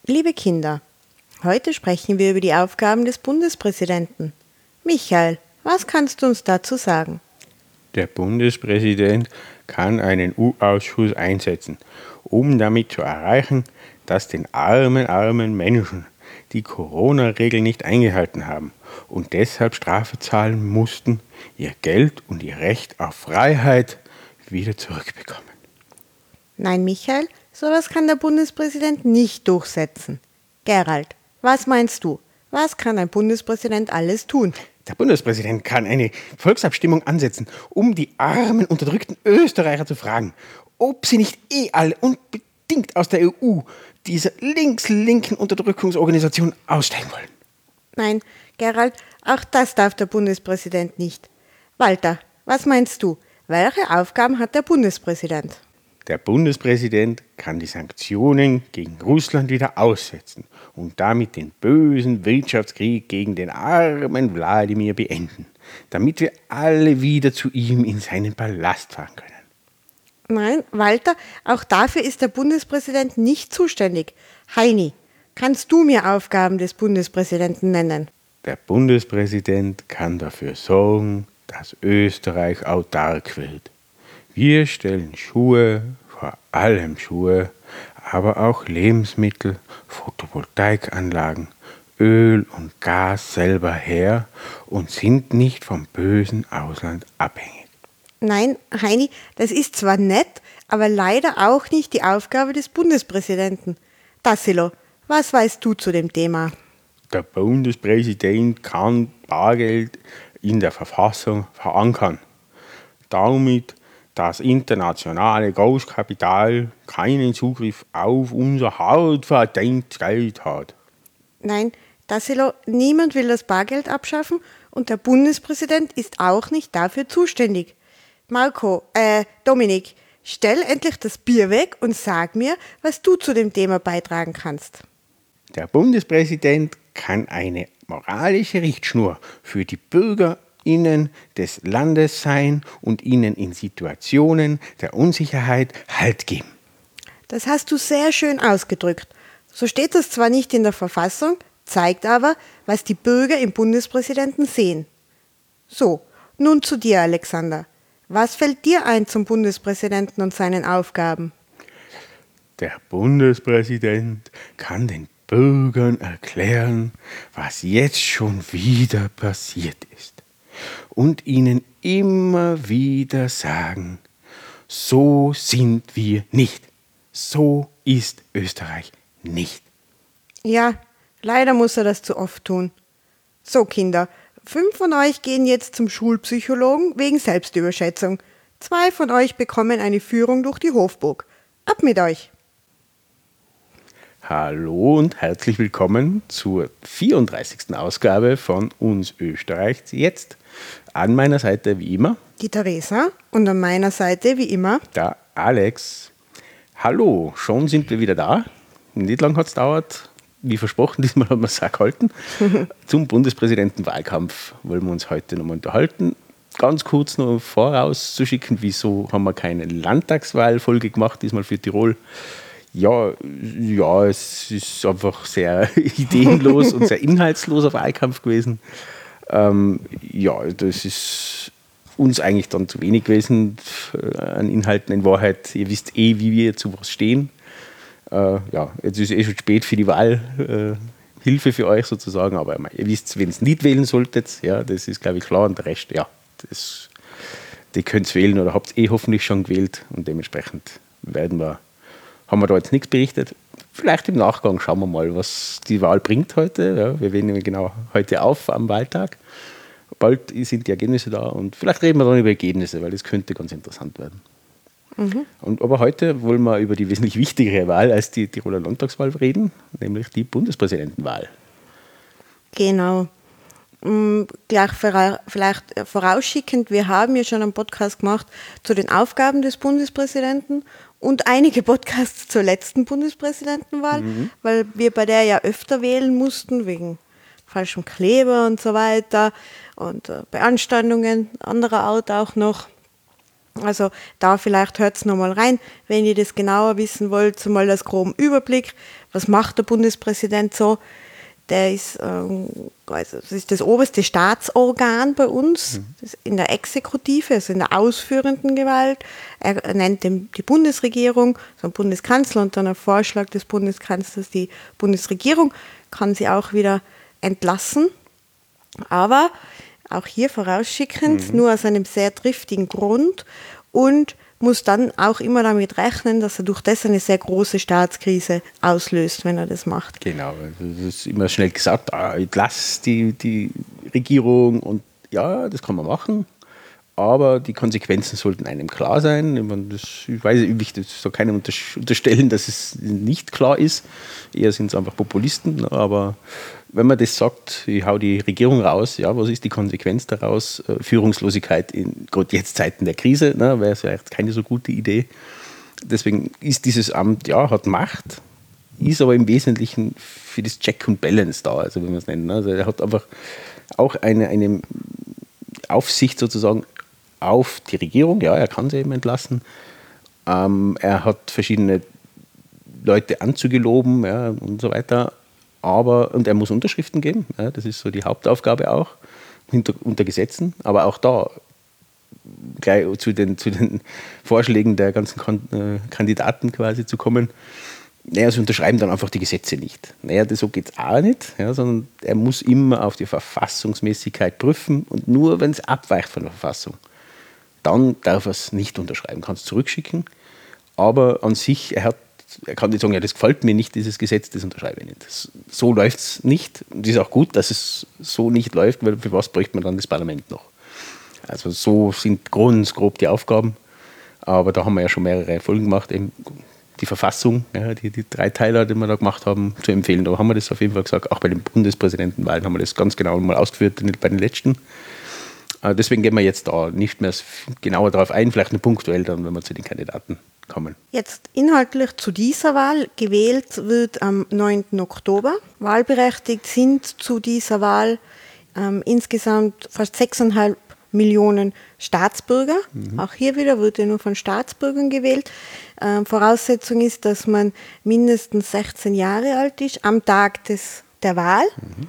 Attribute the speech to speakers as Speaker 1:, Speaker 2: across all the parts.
Speaker 1: Liebe Kinder, heute sprechen wir über die Aufgaben des Bundespräsidenten. Michael, was kannst du uns dazu sagen?
Speaker 2: Der Bundespräsident kann einen U-Ausschuss einsetzen, um damit zu erreichen, dass den armen Menschen, die Corona-Regeln nicht eingehalten haben und deshalb Strafe zahlen mussten, ihr Geld und ihr Recht auf Freiheit wieder zurückbekommen.
Speaker 1: Nein, Michael, sowas kann der Bundespräsident nicht durchsetzen. Gerald, was meinst du? Was kann ein Bundespräsident alles tun?
Speaker 2: Der Bundespräsident kann eine Volksabstimmung ansetzen, um die armen, unterdrückten Österreicher zu fragen, ob sie nicht alle unbedingt aus der EU, dieser links-linken Unterdrückungsorganisation, aussteigen wollen.
Speaker 1: Nein, Gerald, auch das darf der Bundespräsident nicht. Walter, was meinst du? Welche Aufgaben hat der Bundespräsident?
Speaker 2: Der Bundespräsident kann die Sanktionen gegen Russland wieder aussetzen und damit den bösen Wirtschaftskrieg gegen den armen Wladimir beenden, damit wir alle wieder zu ihm in seinen Palast fahren können.
Speaker 1: Nein, Walter, auch dafür ist der Bundespräsident nicht zuständig. Heini, kannst du mir Aufgaben des Bundespräsidenten nennen?
Speaker 2: Der Bundespräsident kann dafür sorgen, dass Österreich autark wird. Wir stellen Schuhe, vor allem Schuhe, aber auch Lebensmittel, Photovoltaikanlagen, Öl und Gas selber her und sind nicht vom bösen Ausland abhängig.
Speaker 1: Nein, Heini, das ist zwar nett, aber leider auch nicht die Aufgabe des Bundespräsidenten. Tassilo, was weißt du zu dem Thema?
Speaker 2: Der Bundespräsident kann Bargeld in der Verfassung verankern. Damit das internationale Großkapital keinen Zugriff auf unser hart verdientes Geld hat.
Speaker 1: Nein, Tassilo, niemand will das Bargeld abschaffen und der Bundespräsident ist auch nicht dafür zuständig. Dominik, stell endlich das Bier weg und sag mir, was du zu dem Thema beitragen kannst.
Speaker 2: Der Bundespräsident kann eine moralische Richtschnur für die BürgerInnen des Landes sein und ihnen in Situationen der Unsicherheit Halt geben.
Speaker 1: Das hast du sehr schön ausgedrückt. So steht das zwar nicht in der Verfassung, zeigt aber, was die Bürger im Bundespräsidenten sehen. So, nun zu dir, Alexander. Was fällt dir ein zum Bundespräsidenten und seinen Aufgaben?
Speaker 2: Der Bundespräsident kann den Bürgern erklären, was jetzt schon wieder passiert ist und ihnen immer wieder sagen, so sind wir nicht, so ist Österreich nicht.
Speaker 1: Ja, leider muss er das zu oft tun. So, Kinder, 5 von euch gehen jetzt zum Schulpsychologen wegen Selbstüberschätzung. 2 von euch bekommen eine Führung durch die Hofburg. Ab mit euch!
Speaker 2: Hallo und herzlich willkommen zur 34. Ausgabe von Uns Österreich jetzt. An meiner Seite wie immer
Speaker 1: Die Theresa und an meiner Seite wie immer
Speaker 2: der Alex. Hallo, schon sind wir wieder da. Nicht lang hat es gedauert. Wie versprochen, diesmal haben wir es auch gehalten. Zum Bundespräsidentenwahlkampf wollen wir uns heute nochmal unterhalten. Ganz kurz noch vorauszuschicken, wieso haben wir keine Landtagswahlfolge gemacht, diesmal für Tirol. Ja, es ist einfach sehr ideenlos und sehr inhaltsloser Wahlkampf gewesen. Das ist uns eigentlich dann zu wenig gewesen an Inhalten in Wahrheit. Ihr wisst wie wir zu was stehen. Jetzt ist es schon spät für die Wahlhilfe für euch sozusagen, aber ihr wisst, wenn es nicht wählen solltet, ja, das ist glaube ich klar und der Rest, ja, die könnt ihr wählen oder habt hoffentlich schon gewählt und dementsprechend haben wir da jetzt nichts berichtet. Vielleicht im Nachgang schauen wir mal, was die Wahl bringt heute. Ja, wir wählen genau heute auf am Wahltag. Bald sind die Ergebnisse da und vielleicht reden wir dann über Ergebnisse, weil das könnte ganz interessant werden. Aber heute wollen wir über die wesentlich wichtigere Wahl als die Tiroler Landtagswahl reden, nämlich die Bundespräsidentenwahl.
Speaker 1: Genau. Gleich vielleicht vorausschickend, wir haben ja schon einen Podcast gemacht zu den Aufgaben des Bundespräsidenten und einige Podcasts zur letzten Bundespräsidentenwahl, weil wir bei der ja öfter wählen mussten, wegen falschem Kleber und so weiter und Beanstandungen anderer Art auch noch. Also da vielleicht hört es nochmal rein, wenn ihr das genauer wissen wollt, so mal als groben Überblick, was macht der Bundespräsident so? Der ist, das ist das oberste Staatsorgan bei uns, das in der Exekutive, also in der ausführenden Gewalt. Er nennt die Bundesregierung, so ein Bundeskanzler und dann auf Vorschlag des Bundeskanzlers die Bundesregierung, kann sie auch wieder entlassen. Aber auch hier vorausschickend, nur aus einem sehr triftigen Grund und muss dann auch immer damit rechnen, dass er durch das eine sehr große Staatskrise auslöst, wenn er das macht.
Speaker 2: Genau, das ist immer schnell gesagt, entlass die Regierung und ja, das kann man machen, aber die Konsequenzen sollten einem klar sein. Ich will so keinem unterstellen, dass es nicht klar ist, eher sind es einfach Populisten, aber wenn man das sagt, ich hau die Regierung raus, ja, was ist die Konsequenz daraus? Führungslosigkeit in gerade jetzt Zeiten der Krise, ne, wäre es ja echt keine so gute Idee. Deswegen ist dieses Amt, ja, hat Macht, ist aber im Wesentlichen für das Check and Balance da, also wenn man es nennt. Also er hat einfach auch eine Aufsicht sozusagen auf die Regierung, ja, er kann sie eben entlassen. Er hat verschiedene Leute anzugeloben, ja, und so weiter. Und er muss Unterschriften geben, ja, das ist so die Hauptaufgabe auch, unter Gesetzen. Aber auch da, gleich zu den Vorschlägen der ganzen Kandidaten quasi zu kommen, naja, sie unterschreiben dann einfach die Gesetze nicht. Naja, so geht es auch nicht, ja, sondern er muss immer auf die Verfassungsmäßigkeit prüfen und nur wenn es abweicht von der Verfassung, dann darf er es nicht unterschreiben, kann es zurückschicken. Aber an sich, er kann nicht sagen, ja, das gefällt mir nicht, dieses Gesetz, das unterschreibe ich nicht. So läuft es nicht. Und es ist auch gut, dass es so nicht läuft, weil für was bräuchte man dann das Parlament noch? Also so sind grob die Aufgaben. Aber da haben wir ja schon mehrere Folgen gemacht, eben die Verfassung, ja, die 3 Teiler, die wir da gemacht haben, zu empfehlen. Da haben wir das auf jeden Fall gesagt. Auch bei den Bundespräsidentenwahlen haben wir das ganz genau mal ausgeführt, bei den letzten. Deswegen gehen wir jetzt da nicht mehr genauer darauf ein, vielleicht nur punktuell dann, wenn wir zu den Kandidaten kommen.
Speaker 1: Jetzt inhaltlich zu dieser Wahl. Gewählt wird am 9. Oktober. Wahlberechtigt sind zu dieser Wahl insgesamt fast 6,5 Millionen Staatsbürger. Auch hier wieder wird ja nur von Staatsbürgern gewählt. Voraussetzung ist, dass man mindestens 16 Jahre alt ist am Tag der Wahl.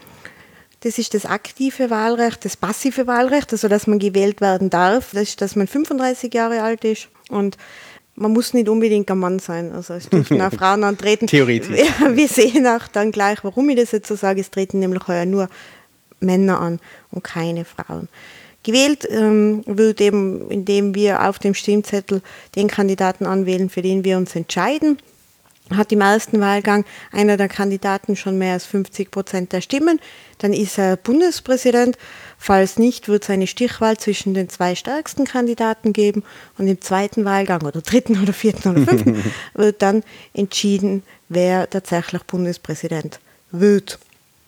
Speaker 1: Das ist das aktive Wahlrecht, das passive Wahlrecht, also dass man gewählt werden darf. Das ist, dass man 35 Jahre alt ist und man muss nicht unbedingt ein Mann sein, also es dürfen auch Frauen antreten.
Speaker 2: Theoretisch.
Speaker 1: Wir sehen auch dann gleich, warum ich das jetzt so sage. Es treten nämlich heuer nur Männer an und keine Frauen. Gewählt wird eben, indem wir auf dem Stimmzettel den Kandidaten anwählen, für den wir uns entscheiden. Hat im ersten Wahlgang einer der Kandidaten schon mehr als 50% der Stimmen, dann ist er Bundespräsident. Falls nicht, wird es eine Stichwahl zwischen den 2 stärksten Kandidaten geben und im zweiten Wahlgang oder 3. oder 4. oder 5. wird dann entschieden, wer tatsächlich Bundespräsident wird.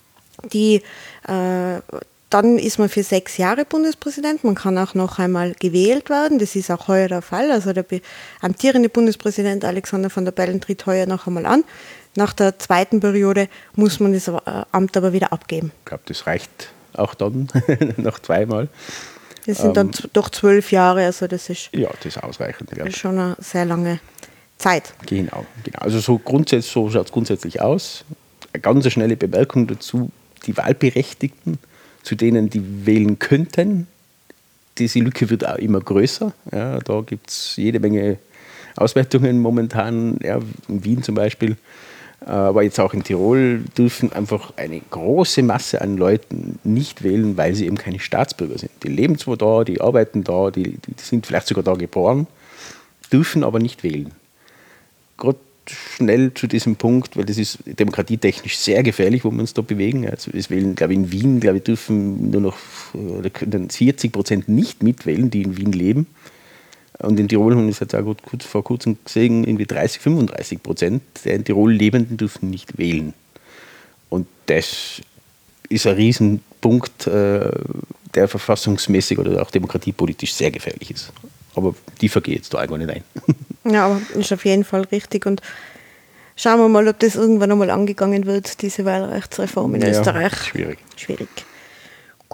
Speaker 1: Dann ist man für 6 Jahre Bundespräsident. Man kann auch noch einmal gewählt werden. Das ist auch heuer der Fall. Also der amtierende Bundespräsident Alexander Van der Bellen tritt heuer noch einmal an. Nach der zweiten Periode muss man das Amt aber wieder abgeben.
Speaker 2: Ich glaube, das reicht auch dann, noch 2-mal.
Speaker 1: Das sind dann doch 12 Jahre. Also das ist,
Speaker 2: ja, das ist ausreichend. Ja.
Speaker 1: Schon eine sehr lange Zeit.
Speaker 2: Genau. Also so schaut es grundsätzlich aus. Eine ganz schnelle Bemerkung dazu, die Wahlberechtigten, zu denen die wählen könnten. Diese Lücke wird auch immer größer. Ja, da gibt es jede Menge Auswertungen momentan, ja, in Wien zum Beispiel, aber jetzt auch in Tirol dürfen einfach eine große Masse an Leuten nicht wählen, weil sie eben keine Staatsbürger sind. Die leben zwar da, die arbeiten da, die sind vielleicht sogar da geboren, dürfen aber nicht wählen. Gerade schnell zu diesem Punkt, weil das ist demokratietechnisch sehr gefährlich, wo wir uns da bewegen. Also es wählen, glaube ich, in Wien, dürfen nur noch oder können 40% nicht mitwählen, die in Wien leben. Und in Tirol haben wir es jetzt auch vor kurzem gesehen, irgendwie 30-35% der in Tirol Lebenden dürfen nicht wählen. Und das ist ein Riesenpunkt, der verfassungsmäßig oder auch demokratiepolitisch sehr gefährlich ist. Aber die vergehe jetzt da einfach nicht ein.
Speaker 1: Ja, aber ist auf jeden Fall richtig. Und schauen wir mal, ob das irgendwann einmal angegangen wird, diese Wahlrechtsreform in Österreich.
Speaker 2: Schwierig.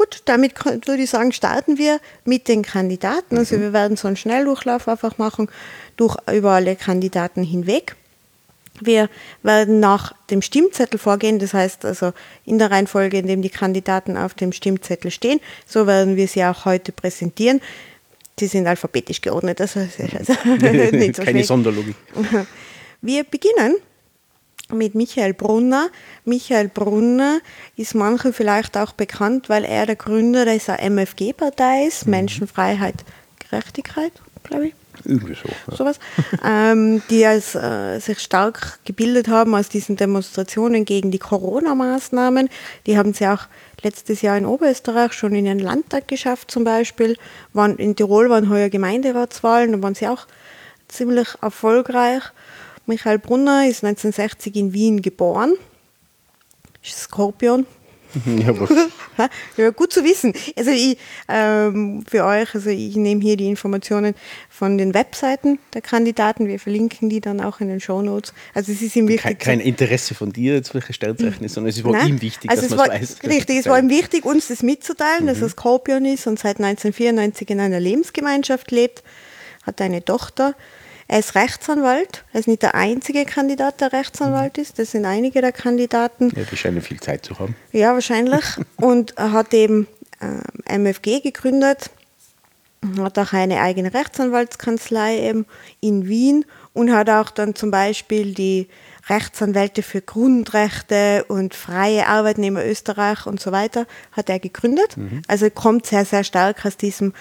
Speaker 1: Gut, damit würde ich sagen, starten wir mit den Kandidaten. Also wir werden so einen Schnelldurchlauf einfach machen, über alle Kandidaten hinweg. Wir werden nach dem Stimmzettel vorgehen, das heißt also in der Reihenfolge, in dem die Kandidaten auf dem Stimmzettel stehen. So werden wir sie auch heute präsentieren. Sie sind alphabetisch geordnet, das ist also nicht so
Speaker 2: Keine Sonderlogik.
Speaker 1: Wir beginnen mit Michael Brunner. Michael Brunner ist manchen vielleicht auch bekannt, weil er der Gründer dieser MFG-Partei ist, Menschen, Freiheit, Gerechtigkeit, glaube ich.
Speaker 2: Irgendwie so. Ja.
Speaker 1: Sowas, die sich stark gebildet haben aus diesen Demonstrationen gegen die Corona-Maßnahmen. Die haben sie auch letztes Jahr in Oberösterreich schon in den Landtag geschafft zum Beispiel. In Tirol waren heuer Gemeinderatswahlen, da waren sie auch ziemlich erfolgreich. Michael Brunner ist 1960 in Wien geboren, ist Skorpion. Ja, gut zu wissen. Also für euch, also ich nehme hier die Informationen von den Webseiten der Kandidaten. Wir verlinken die dann auch in den Shownotes. Also es ist ihm wichtig.
Speaker 2: Kein Interesse von dir, jetzt welche Sternzeichen ist, sondern es war ihm wichtig, dass man es weiß.
Speaker 1: Richtig, es war ihm wichtig, uns das mitzuteilen, dass er Skorpion ist und seit 1994 in einer Lebensgemeinschaft lebt, hat eine Tochter. Er ist Rechtsanwalt, er ist nicht der einzige Kandidat, der Rechtsanwalt ist, das sind einige der Kandidaten.
Speaker 2: Ja, die scheinen viel Zeit zu haben.
Speaker 1: Ja, wahrscheinlich. Und er hat eben MFG gegründet, hat auch eine eigene Rechtsanwaltskanzlei eben in Wien und hat auch dann zum Beispiel die Rechtsanwälte für Grundrechte und freie Arbeitnehmer Österreich und so weiter hat er gegründet. Also kommt sehr, sehr stark aus diesem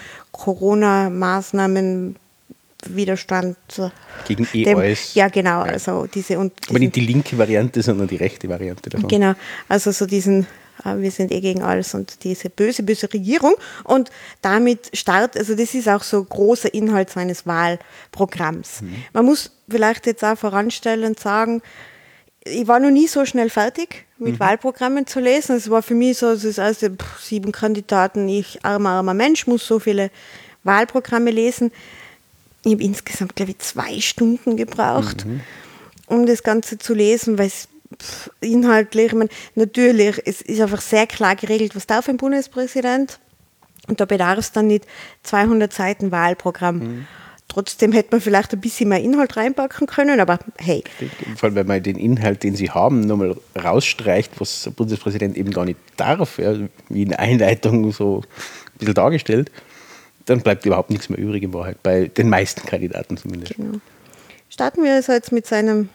Speaker 1: Corona-Maßnahmen Widerstand
Speaker 2: gegen alles.
Speaker 1: Ja, genau. Also
Speaker 2: aber nicht die linke Variante, sondern die rechte Variante davon.
Speaker 1: Genau, also so diesen, wir sind gegen alles und diese böse, böse Regierung. Und damit also das ist auch so großer Inhalt seines Wahlprogramms. Man muss vielleicht jetzt auch voranstellend sagen, ich war noch nie so schnell fertig mit Wahlprogrammen zu lesen. Es war für mich so, es ist also 7 Kandidaten, ich armer Mensch, muss so viele Wahlprogramme lesen. Ich habe insgesamt, glaube ich, 2 Stunden gebraucht, um das Ganze zu lesen, weil es inhaltlich, ich meine, natürlich, es ist einfach sehr klar geregelt, was darf ein Bundespräsident und da bedarf es dann nicht 200 Seiten Wahlprogramm. Trotzdem hätte man vielleicht ein bisschen mehr Inhalt reinpacken können, aber hey.
Speaker 2: Vor allem, wenn man den Inhalt, den sie haben, nochmal rausstreicht, was der Bundespräsident eben gar nicht darf, ja, wie in der Einleitung so ein bisschen dargestellt, dann bleibt überhaupt nichts mehr übrig in Wahrheit, bei den meisten Kandidaten zumindest.
Speaker 1: Genau. Starten wir also jetzt mit seinem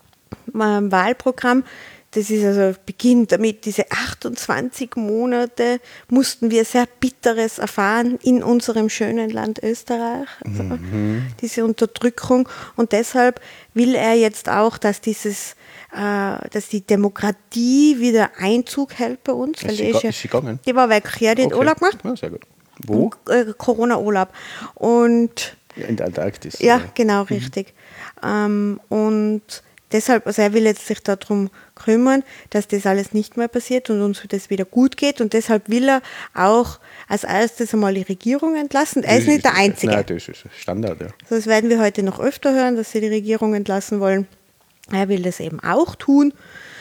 Speaker 1: Wahlprogramm. Das ist also, beginnt damit, diese 28 Monate mussten wir sehr Bitteres erfahren in unserem schönen Land Österreich. Also diese Unterdrückung. Und deshalb will er jetzt auch, dass die Demokratie wieder Einzug hält bei uns.
Speaker 2: Ist sie gegangen?
Speaker 1: Die war weg, ja, die hat Urlaub gemacht.
Speaker 2: Ja, sehr gut. Wo?
Speaker 1: Corona-Urlaub. Und
Speaker 2: in der Antarktis.
Speaker 1: Ja, genau, richtig. Und deshalb, also er will jetzt sich darum kümmern, dass das alles nicht mehr passiert und uns das wieder gut geht. Und deshalb will er auch als erstes einmal die Regierung entlassen. Er ist nicht der Einzige.
Speaker 2: Nein, das ist Standard, ja.
Speaker 1: Das werden wir heute noch öfter hören, dass sie die Regierung entlassen wollen. Er will das eben auch tun.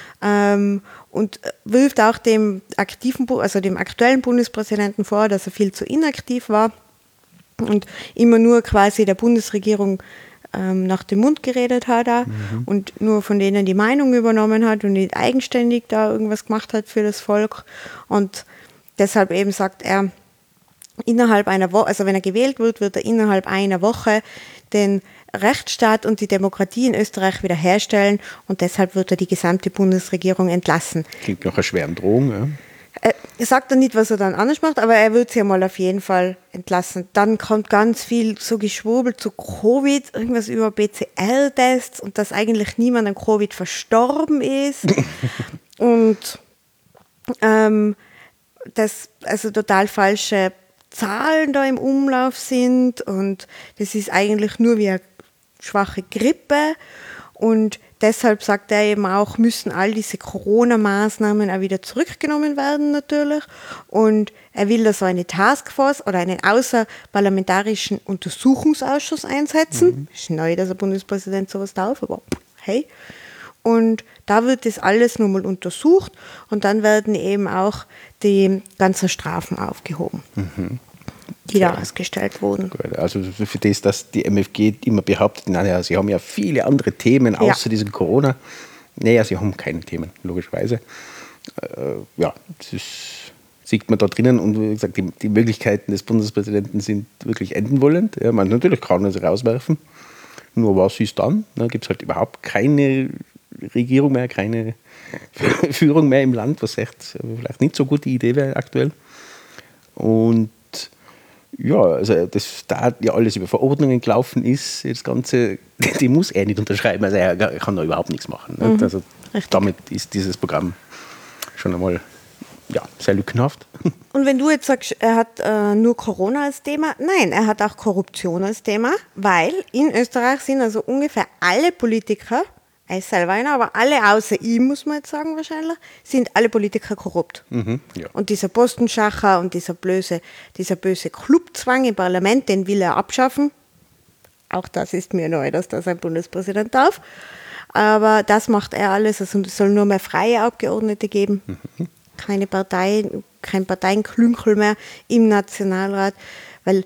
Speaker 1: Und wirft auch dem aktuellen Bundespräsidenten vor, dass er viel zu inaktiv war und immer nur quasi der Bundesregierung nach dem Mund geredet hat und nur von denen die Meinung übernommen hat und nicht eigenständig da irgendwas gemacht hat für das Volk. Und deshalb eben sagt er, innerhalb einer Woche, also wenn er gewählt wird, wird er innerhalb einer Woche den Rechtsstaat und die Demokratie in Österreich wiederherstellen und deshalb wird er die gesamte Bundesregierung entlassen.
Speaker 2: Klingt nach einer schweren Drohung, ja.
Speaker 1: Er sagt dann nicht, was er dann anders macht, aber er wird sie ja mal auf jeden Fall entlassen. Dann kommt ganz viel so Geschwurbel zu Covid, irgendwas über PCR-Tests und dass eigentlich niemand an Covid verstorben ist. Und dass also total falsche Zahlen da im Umlauf sind und das ist eigentlich nur wie eine schwache Grippe und deshalb sagt er eben auch, müssen all diese Corona-Maßnahmen auch wieder zurückgenommen werden natürlich und er will da so eine Taskforce oder einen außerparlamentarischen Untersuchungsausschuss einsetzen. Ist neu, dass der Bundespräsident sowas darf, aber hey. Und da wird das alles nochmal untersucht und dann werden eben auch die ganzen Strafen aufgehoben, die da ausgestellt wurden.
Speaker 2: Gut, also für das, dass die MFG immer behauptet, naja, sie haben ja viele andere Themen außer diesem Corona. Naja, sie haben keine Themen, logischerweise. Ja, das sieht man da drinnen und wie gesagt, die Möglichkeiten des Bundespräsidenten sind wirklich enden wollend. Ja, man natürlich kann er sie rauswerfen. Nur was ist dann? Da gibt es halt überhaupt keine Regierung mehr, keine Führung mehr im Land, was echt vielleicht nicht so eine gute Idee wäre aktuell. Und ja, also das da ja alles über Verordnungen gelaufen ist, das Ganze, die muss er nicht unterschreiben, also er kann da überhaupt nichts machen. Mhm. Also damit ist dieses Programm schon einmal sehr lückenhaft.
Speaker 1: Und wenn du jetzt sagst, er hat nur Corona als Thema, nein, er hat auch Korruption als Thema, weil in Österreich sind also ungefähr alle Politiker, er ist selber einer, aber alle außer ihm, muss man jetzt sagen wahrscheinlich, sind alle Politiker korrupt.
Speaker 2: Mhm, ja.
Speaker 1: Und dieser Postenschacher und dieser böse Clubzwang im Parlament, den will er abschaffen. Auch das ist mir neu, dass das ein Bundespräsident darf. Aber das macht er alles. Also es soll nur mehr freie Abgeordnete geben. Mhm. Kein Parteienklünkel mehr im Nationalrat, weil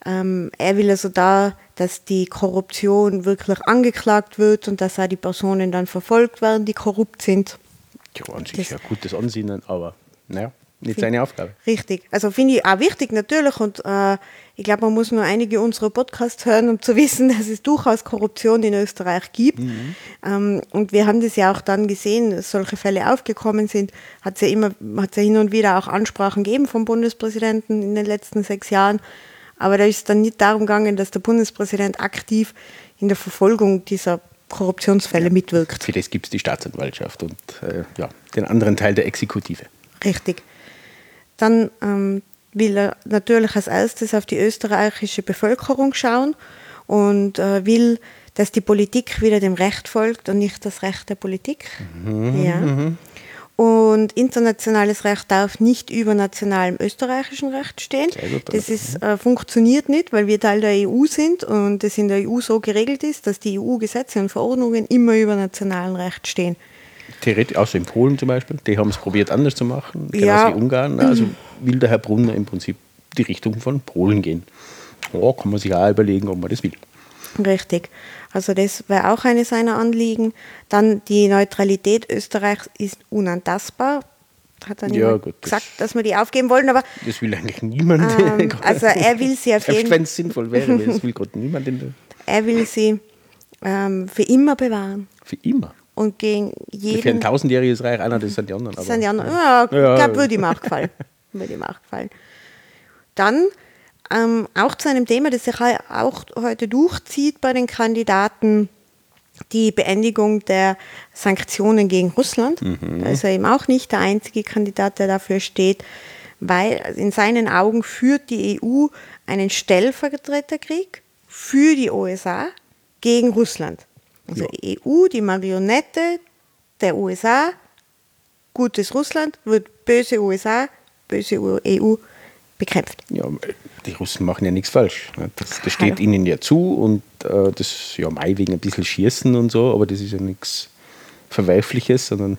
Speaker 1: er will also da, dass die Korruption wirklich angeklagt wird und dass auch die Personen dann verfolgt werden, die korrupt sind.
Speaker 2: Ja, an sich ja gutes Ansinnen, aber naja, nicht seine Aufgabe.
Speaker 1: Richtig, also finde ich auch wichtig natürlich und ich glaube, man muss nur einige unserer Podcasts hören, um zu wissen, dass es durchaus Korruption in Österreich gibt. Mhm. Und wir haben das ja auch dann gesehen, dass solche Fälle aufgekommen sind, hat es ja hin und wieder auch Ansprachen gegeben vom Bundespräsidenten in den letzten 6 Jahren. Aber da ist es dann nicht darum gegangen, dass der Bundespräsident aktiv in der Verfolgung dieser Korruptionsfälle mitwirkt.
Speaker 2: Für das gibt es die Staatsanwaltschaft und den anderen Teil der Exekutive.
Speaker 1: Richtig. Dann will er natürlich als erstes auf die österreichische Bevölkerung schauen und will, dass die Politik wieder dem Recht folgt und nicht das Recht der Politik. Mhm. Ja. Mhm. Und internationales Recht darf nicht über nationalem österreichischen Recht stehen. Das funktioniert nicht, weil wir Teil der EU sind und es in der EU so geregelt ist, dass die EU-Gesetze und Verordnungen immer über nationalem Recht stehen.
Speaker 2: Theoretisch, außer in Polen zum Beispiel, die haben es probiert anders zu machen, genauso wie Ungarn. Also will der Herr Brunner im Prinzip die Richtung von Polen gehen. Ja, kann man sich auch überlegen, ob man das will.
Speaker 1: Richtig. Also das wäre auch eines seiner Anliegen. Dann die Neutralität Österreichs ist unantastbar. Hat dann gesagt, dass wir die aufgeben wollen. Aber
Speaker 2: das will eigentlich niemand.
Speaker 1: Also er will sie auf jeden Fall.
Speaker 2: Wenn es sinnvoll wäre, das will gerade niemand.
Speaker 1: Er will sie für immer bewahren.
Speaker 2: Für immer?
Speaker 1: Und gegen jeden...
Speaker 2: Für ein 1000-jähriges Reich, das sind die anderen.
Speaker 1: Das sind die anderen. Ja, ich glaube, würde ihm auch gefallen. Dann auch zu einem Thema, das sich auch heute durchzieht bei den Kandidaten, die Beendigung der Sanktionen gegen Russland. Mhm. Da ist er eben auch nicht der einzige Kandidat, der dafür steht, weil in seinen Augen führt die EU einen Stellvertreterkrieg für die USA gegen Russland. Also EU, die Marionette der USA, gutes Russland, wird böse USA, böse EU bekämpft.
Speaker 2: Ja, die Russen machen ja nichts falsch. Das steht ihnen ja zu und das Mai wegen ein bisschen Schießen und so, aber das ist ja nichts Verwerfliches, sondern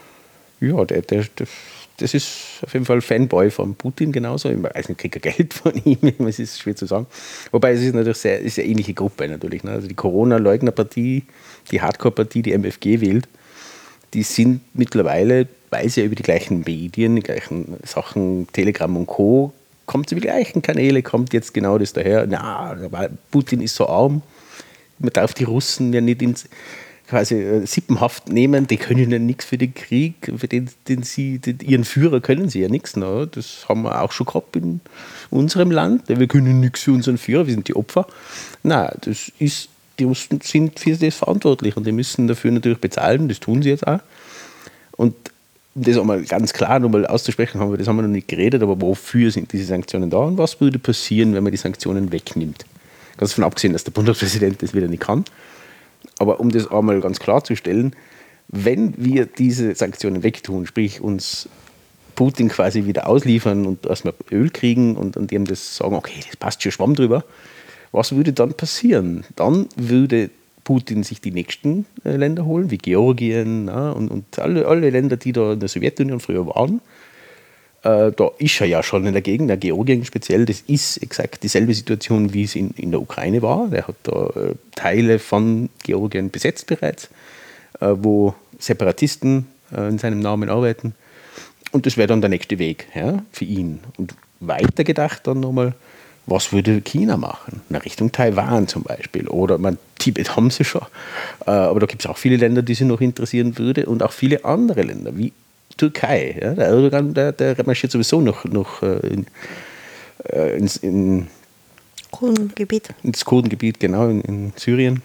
Speaker 2: das ist auf jeden Fall Fanboy von Putin genauso. Ich weiß nicht, kriegt er Geld von ihm, es ist schwer zu sagen. Wobei es ist natürlich ist eine ähnliche Gruppe natürlich. Ne? Also die Corona-Leugner-Partie, die Hardcore-Partie, die MFG wählt, die sind mittlerweile, weil sie ja über die gleichen Medien, die gleichen Sachen, Telegram und Co., kommt über die gleichen Kanäle, kommt jetzt genau das daher. Putin ist so arm, man darf die Russen ja nicht quasi sippenhaft nehmen, die können ja nichts für den Krieg, für ihren Führer können sie ja nichts. Ne? Das haben wir auch schon gehabt in unserem Land. Wir können nichts für unseren Führer, wir sind die Opfer. Nein, die Russen sind für das verantwortlich und die müssen dafür natürlich bezahlen, das tun sie jetzt auch. Und um das einmal ganz klar nochmal auszusprechen, das haben wir noch nicht geredet, aber wofür sind diese Sanktionen da und was würde passieren, wenn man die Sanktionen wegnimmt? Ganz davon abgesehen, dass der Bundespräsident das wieder nicht kann. Aber um das einmal ganz klarzustellen, wenn wir diese Sanktionen wegtun, sprich uns Putin quasi wieder ausliefern und erstmal Öl kriegen und dem das sagen, okay, das passt schon, Schwamm drüber, was würde dann passieren? Dann würde Putin sich die nächsten Länder holen, wie Georgien und alle Länder, die da in der Sowjetunion früher waren. Da ist er ja schon in der Gegend, der Georgien speziell, das ist exakt dieselbe Situation, wie es in der Ukraine war. Der hat da Teile von Georgien besetzt bereits, wo Separatisten in seinem Namen arbeiten. Und das wäre dann der nächste Weg, ja, für ihn. Und weitergedacht dann nochmal, was würde China machen? Na, Richtung Taiwan zum Beispiel. Oder Tibet haben sie schon. Aber da gibt es auch viele Länder, die sie noch interessieren würde. Und auch viele andere Länder, wie Türkei. Ja? Der Erdogan, der marschiert sowieso noch ins
Speaker 1: Kurdengebiet.
Speaker 2: Ins Kurdengebiet, genau, in Syrien.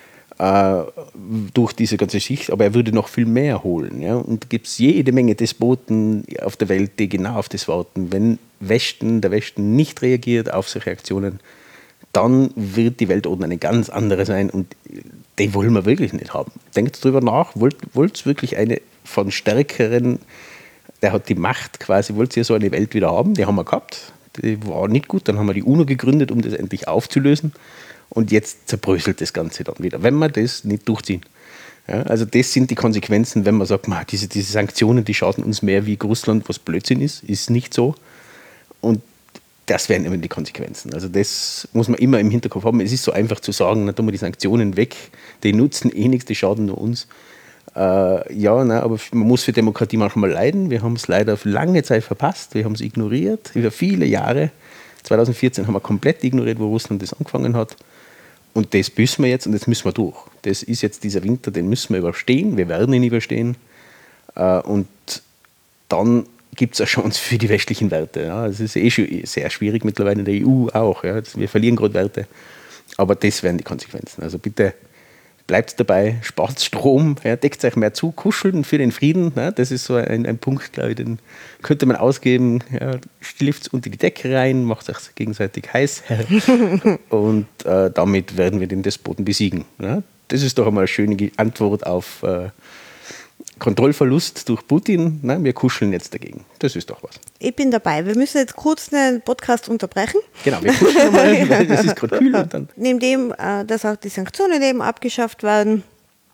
Speaker 2: Durch diese ganze Schicht, aber er würde noch viel mehr holen. Ja? Und da gibt es jede Menge Despoten auf der Welt, die genau auf das warten. Wenn der Westen nicht reagiert auf solche Aktionen, dann wird die Weltordnung eine ganz andere sein und die wollen wir wirklich nicht haben. Denkt drüber nach, wollt es wirklich eine von Stärkeren, der hat die Macht quasi, wollt ihr so eine Welt wieder haben? Die haben wir gehabt, die war nicht gut, dann haben wir die UNO gegründet, um das endlich aufzulösen. Und jetzt zerbröselt das Ganze dann wieder, wenn wir das nicht durchziehen. Ja, also das sind die Konsequenzen, wenn man sagt, diese Sanktionen, die schaden uns mehr wie Russland, was Blödsinn ist nicht so. Und das wären immer die Konsequenzen. Also das muss man immer im Hinterkopf haben. Es ist so einfach zu sagen, dann tun wir die Sanktionen weg, die nutzen eh nichts, die schaden nur uns. Aber man muss für Demokratie manchmal leiden. Wir haben es leider für lange Zeit verpasst, wir haben es ignoriert, über viele Jahre. 2014 haben wir komplett ignoriert, wo Russland das angefangen hat. Und das müssen wir jetzt und das müssen wir durch. Das ist jetzt dieser Winter, den müssen wir überstehen. Wir werden ihn überstehen. Und dann gibt es eine Chance für die westlichen Werte. Ja. Es ist schon sehr schwierig mittlerweile in der EU auch. Ja. Wir verlieren gerade Werte. Aber das wären die Konsequenzen. Also bitte bleibt dabei, spart Strom, ja, deckt euch mehr zu, kuscheln für den Frieden. Ja. Das ist so ein Punkt, glaube ich, den könnte man ausgeben. Ja. Schlifft unter die Decke rein, macht euch gegenseitig heiß. Und damit werden wir den Despoten besiegen. Ja. Das ist doch einmal eine schöne Antwort auf Kontrollverlust durch Putin. Nein, wir kuscheln jetzt dagegen. Das ist doch was.
Speaker 1: Ich bin dabei. Wir müssen jetzt kurz den Podcast unterbrechen.
Speaker 2: Genau, wir kuscheln mal, weil das ist gerade kühl. Und dann
Speaker 1: neben dem, dass auch die Sanktionen eben abgeschafft werden,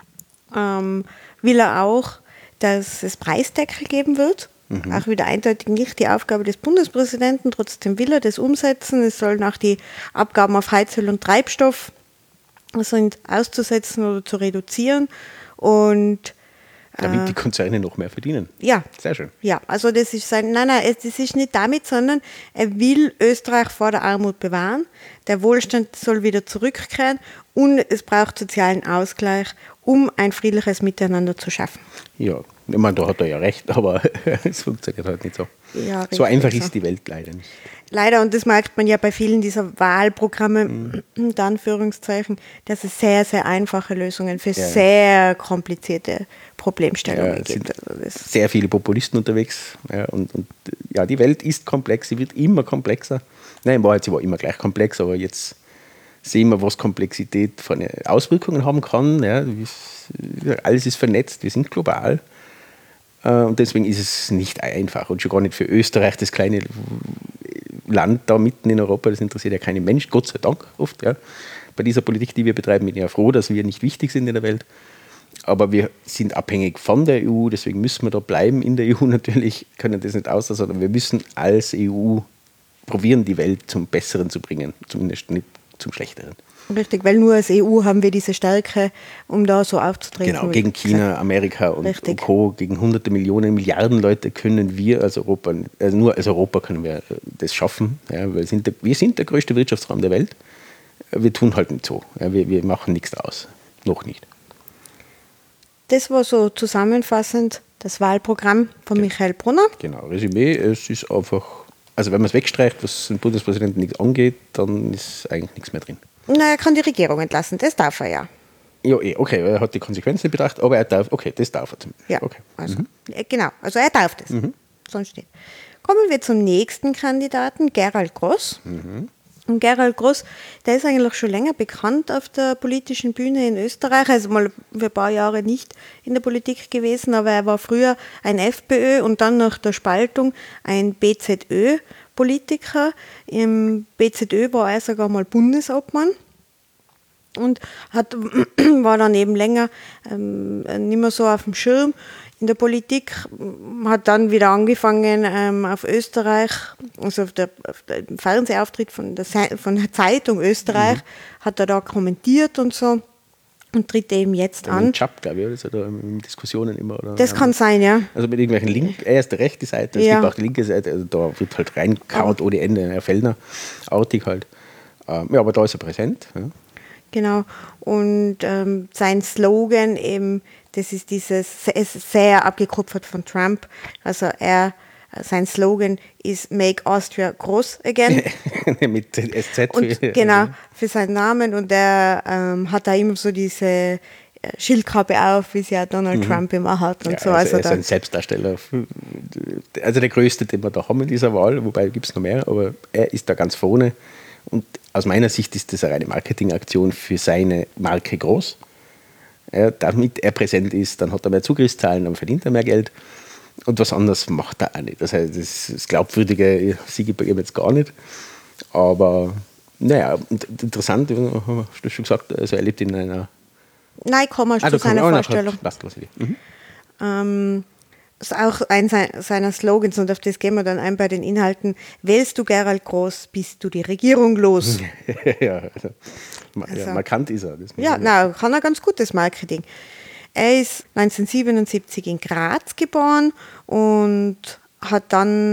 Speaker 1: will er auch, dass es Preisdeckel geben wird. Auch wieder eindeutig nicht die Aufgabe des Bundespräsidenten. Trotzdem will er das umsetzen. Es sollen auch die Abgaben auf Heizöl und Treibstoff sind auszusetzen oder zu reduzieren. Und
Speaker 2: damit die Konzerne noch mehr verdienen.
Speaker 1: Ja.
Speaker 2: Sehr schön.
Speaker 1: Ja, also das ist das ist nicht damit, sondern er will Österreich vor der Armut bewahren. Der Wohlstand soll wieder zurückkehren und es braucht sozialen Ausgleich, um ein friedliches Miteinander zu schaffen.
Speaker 2: Ja, ich meine, da hat er ja recht, aber es funktioniert halt nicht so.
Speaker 1: Ja,
Speaker 2: so einfach ist die Welt leider nicht.
Speaker 1: Leider, und das merkt man ja bei vielen dieser Wahlprogramme, unter Anführungszeichen, dass es sehr, sehr einfache Lösungen für sehr komplizierte Problemstellungen gibt.
Speaker 2: Sehr viele Populisten unterwegs. Ja, und die Welt ist komplex, sie wird immer komplexer. Nein, in Wahrheit, sie war immer gleich komplex, aber jetzt sehen wir, was Komplexität für Auswirkungen haben kann. Ja, alles ist vernetzt, wir sind global. Und deswegen ist es nicht einfach und schon gar nicht für Österreich, das kleine Land da mitten in Europa, das interessiert ja keinen Mensch, Gott sei Dank oft. Ja. Bei dieser Politik, die wir betreiben, bin ich ja froh, dass wir nicht wichtig sind in der Welt. Aber wir sind abhängig von der EU, deswegen müssen wir da bleiben in der EU natürlich, können das nicht außer, sondern wir müssen als EU probieren, die Welt zum Besseren zu bringen, zumindest nicht zum Schlechteren.
Speaker 1: Richtig, weil nur als EU haben wir diese Stärke, um da so aufzutreten.
Speaker 2: Genau, gegen China, Amerika und Co., gegen hunderte Millionen, Milliarden Leute können wir als Europa, nur als Europa können wir das schaffen. Ja, weil wir sind der größte Wirtschaftsraum der Welt. Wir tun halt nicht so. Ja, wir machen nichts draus. Noch nicht.
Speaker 1: Das war so zusammenfassend das Wahlprogramm von Michael Brunner.
Speaker 2: Genau, Resümee, es ist einfach, also wenn man es wegstreicht, was den Bundespräsidenten nichts angeht, dann ist eigentlich nichts mehr drin.
Speaker 1: Na, er kann die Regierung entlassen, das darf er ja.
Speaker 2: Ja, okay, er hat die Konsequenzen betrachtet, aber er darf, okay, das darf er.
Speaker 1: Ja,
Speaker 2: okay.
Speaker 1: Also, genau, also er darf das. Sonst nicht. Kommen wir zum nächsten Kandidaten, Gerald Gross. Und Gerald Gross, der ist eigentlich schon länger bekannt auf der politischen Bühne in Österreich, also mal für ein paar Jahre nicht in der Politik gewesen, aber er war früher ein FPÖ und dann nach der Spaltung ein BZÖ-Politiker. Im BZÖ war er sogar mal Bundesobmann. und war dann eben länger nicht mehr so auf dem Schirm in der Politik, hat dann wieder angefangen auf Österreich, also auf der Fernsehauftritt von der Zeitung Österreich, hat er da kommentiert und so und tritt eben jetzt an.
Speaker 2: Chap, glaube ich, oder? Ist er da in Diskussionen immer? Oder?
Speaker 1: Das kann sein, ja.
Speaker 2: Also mit irgendwelchen er ist die rechte Seite, es gibt auch die linke Seite, also da wird halt reingehauen ohne Ende, Herr Fellner-artig halt. Ja, aber da ist er präsent. Ja.
Speaker 1: Genau, und sein Slogan eben, das ist ist sehr abgekupfert von Trump, also sein Slogan ist Make Austria groß again.
Speaker 2: Mit SZ.
Speaker 1: Und genau, für seinen Namen, und er hat da immer so diese Schildkrabbe auf, wie sie ja Donald Trump immer hat und
Speaker 2: ja,
Speaker 1: so.
Speaker 2: Also er ist ein Selbstdarsteller, also der größte, den wir da haben in dieser Wahl, wobei gibt es noch mehr, aber er ist da ganz vorne. Und aus meiner Sicht ist das eine reine Marketingaktion für seine Marke groß. Ja, damit er präsent ist, dann hat er mehr Zugriffszahlen, dann verdient er mehr Geld. Und was anderes macht er auch nicht. Das heißt, das glaubwürdige Siege bei ihm jetzt gar nicht. Aber naja, interessant, hast du schon gesagt, also er lebt in einer...
Speaker 1: Nein, komm mal zu seiner Vorstellung.
Speaker 2: Passt, was
Speaker 1: Das ist auch ein seiner Slogans, und auf das gehen wir dann ein bei den Inhalten. Wählst du Gerald Groß, bist du die Regierung los.
Speaker 2: Ja, markant ist er.
Speaker 1: Kann er ganz gutes Marketing. Er ist 1977 in Graz geboren und hat